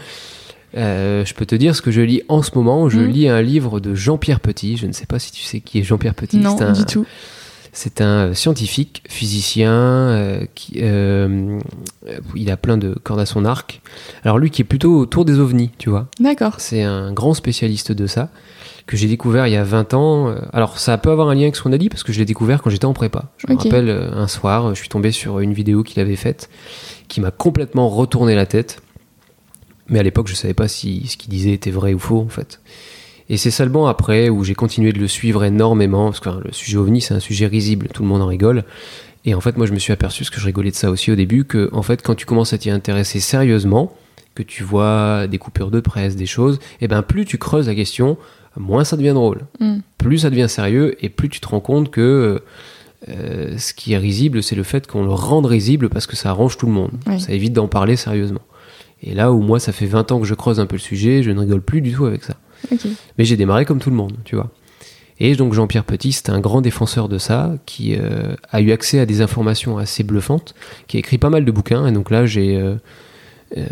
Euh, je peux te dire ce que je lis en ce moment. Je mmh. lis un livre de Jean-Pierre Petit. Je ne sais pas si tu sais qui est Jean-Pierre Petit. Non, c'est un, du tout. C'est un scientifique, physicien, euh, qui, euh, il a plein de cordes à son arc. Alors lui qui est plutôt autour des ovnis, tu vois. D'accord. C'est un grand spécialiste de ça, que j'ai découvert il y a vingt ans. Alors ça peut avoir un lien avec ce qu'on a dit, parce que je l'ai découvert quand j'étais en prépa. Je okay. me rappelle, un soir, je suis tombé sur une vidéo qu'il avait faite, qui m'a complètement retourné la tête. Mais à l'époque, je savais pas si ce qu'il disait était vrai ou faux, en fait. Et c'est seulement après où j'ai continué de le suivre énormément, parce que enfin, le sujet ovni, c'est un sujet risible, tout le monde en rigole. Et en fait, moi, je me suis aperçu, parce que je rigolais de ça aussi au début, que en fait, quand tu commences à t'y intéresser sérieusement, que tu vois des coupures de presse, des choses, et ben plus tu creuses la question, moins ça devient drôle. Mm. Plus ça devient sérieux, et plus tu te rends compte que euh, ce qui est risible, c'est le fait qu'on le rende risible parce que ça arrange tout le monde. Oui. Ça évite d'en parler sérieusement. Et là où moi, ça fait vingt ans que je creuse un peu le sujet, je ne rigole plus du tout avec ça. Okay. Mais j'ai démarré comme tout le monde, tu vois. Et donc Jean-Pierre Petit, c'est un grand défenseur de ça, qui euh, a eu accès à des informations assez bluffantes, qui a écrit pas mal de bouquins. Et donc là, j'ai, euh, euh,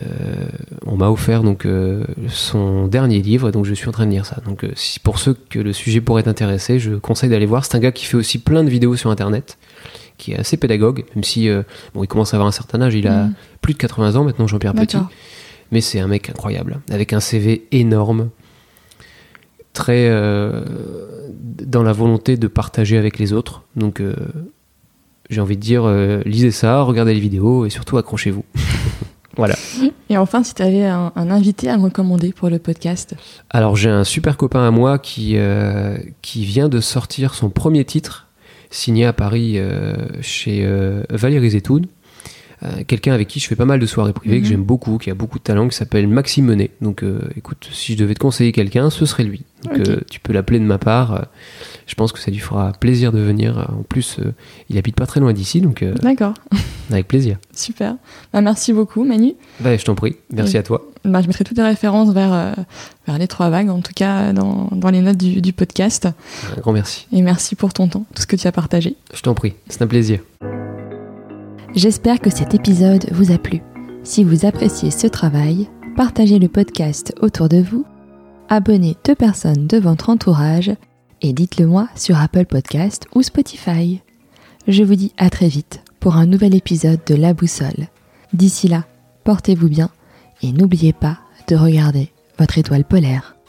on m'a offert donc euh, son dernier livre, et donc je suis en train de lire ça. Donc euh, si, pour ceux que le sujet pourrait intéresser, je conseille d'aller voir. C'est un gars qui fait aussi plein de vidéos sur Internet, qui est assez pédagogue, même si euh, bon, il commence à avoir un certain âge, il a mmh. plus de quatre-vingts ans maintenant, Jean-Pierre D'accord. Petit. Mais c'est un mec incroyable, avec un C V énorme, très euh, dans la volonté de partager avec les autres. Donc euh, j'ai envie de dire, euh, lisez ça, regardez les vidéos et surtout accrochez-vous. Voilà. Et enfin, si tu avais un, un invité à me recommander pour le podcast. Alors j'ai un super copain à moi qui, euh, qui vient de sortir son premier titre, signé à Paris euh, chez euh, Valérie Zetoun. Euh, quelqu'un avec qui je fais pas mal de soirées privées, mm-hmm. que j'aime beaucoup, qui a beaucoup de talent, qui s'appelle Maxime Menet. Donc euh, écoute, si je devais te conseiller quelqu'un, ce serait lui. Donc okay. euh, tu peux l'appeler de ma part. Euh, je pense que ça lui fera plaisir de venir. En plus, euh, il habite pas très loin d'ici, donc euh, D'accord. Avec plaisir. Super. Bah, merci beaucoup, Manu. Bah, je t'en prie. Merci Et, à toi. Bah, je mettrai toutes les références vers, euh, vers les trois vagues, en tout cas dans, dans les notes du, du podcast. Un grand merci. Et merci pour ton temps, tout ce que tu as partagé. Je t'en prie. C'est un plaisir. J'espère que cet épisode vous a plu. Si vous appréciez ce travail, partagez le podcast autour de vous, abonnez deux personnes de votre entourage et dites-le moi sur Apple Podcast ou Spotify. Je vous dis à très vite pour un nouvel épisode de La Boussole. D'ici là, portez-vous bien et n'oubliez pas de regarder votre étoile polaire.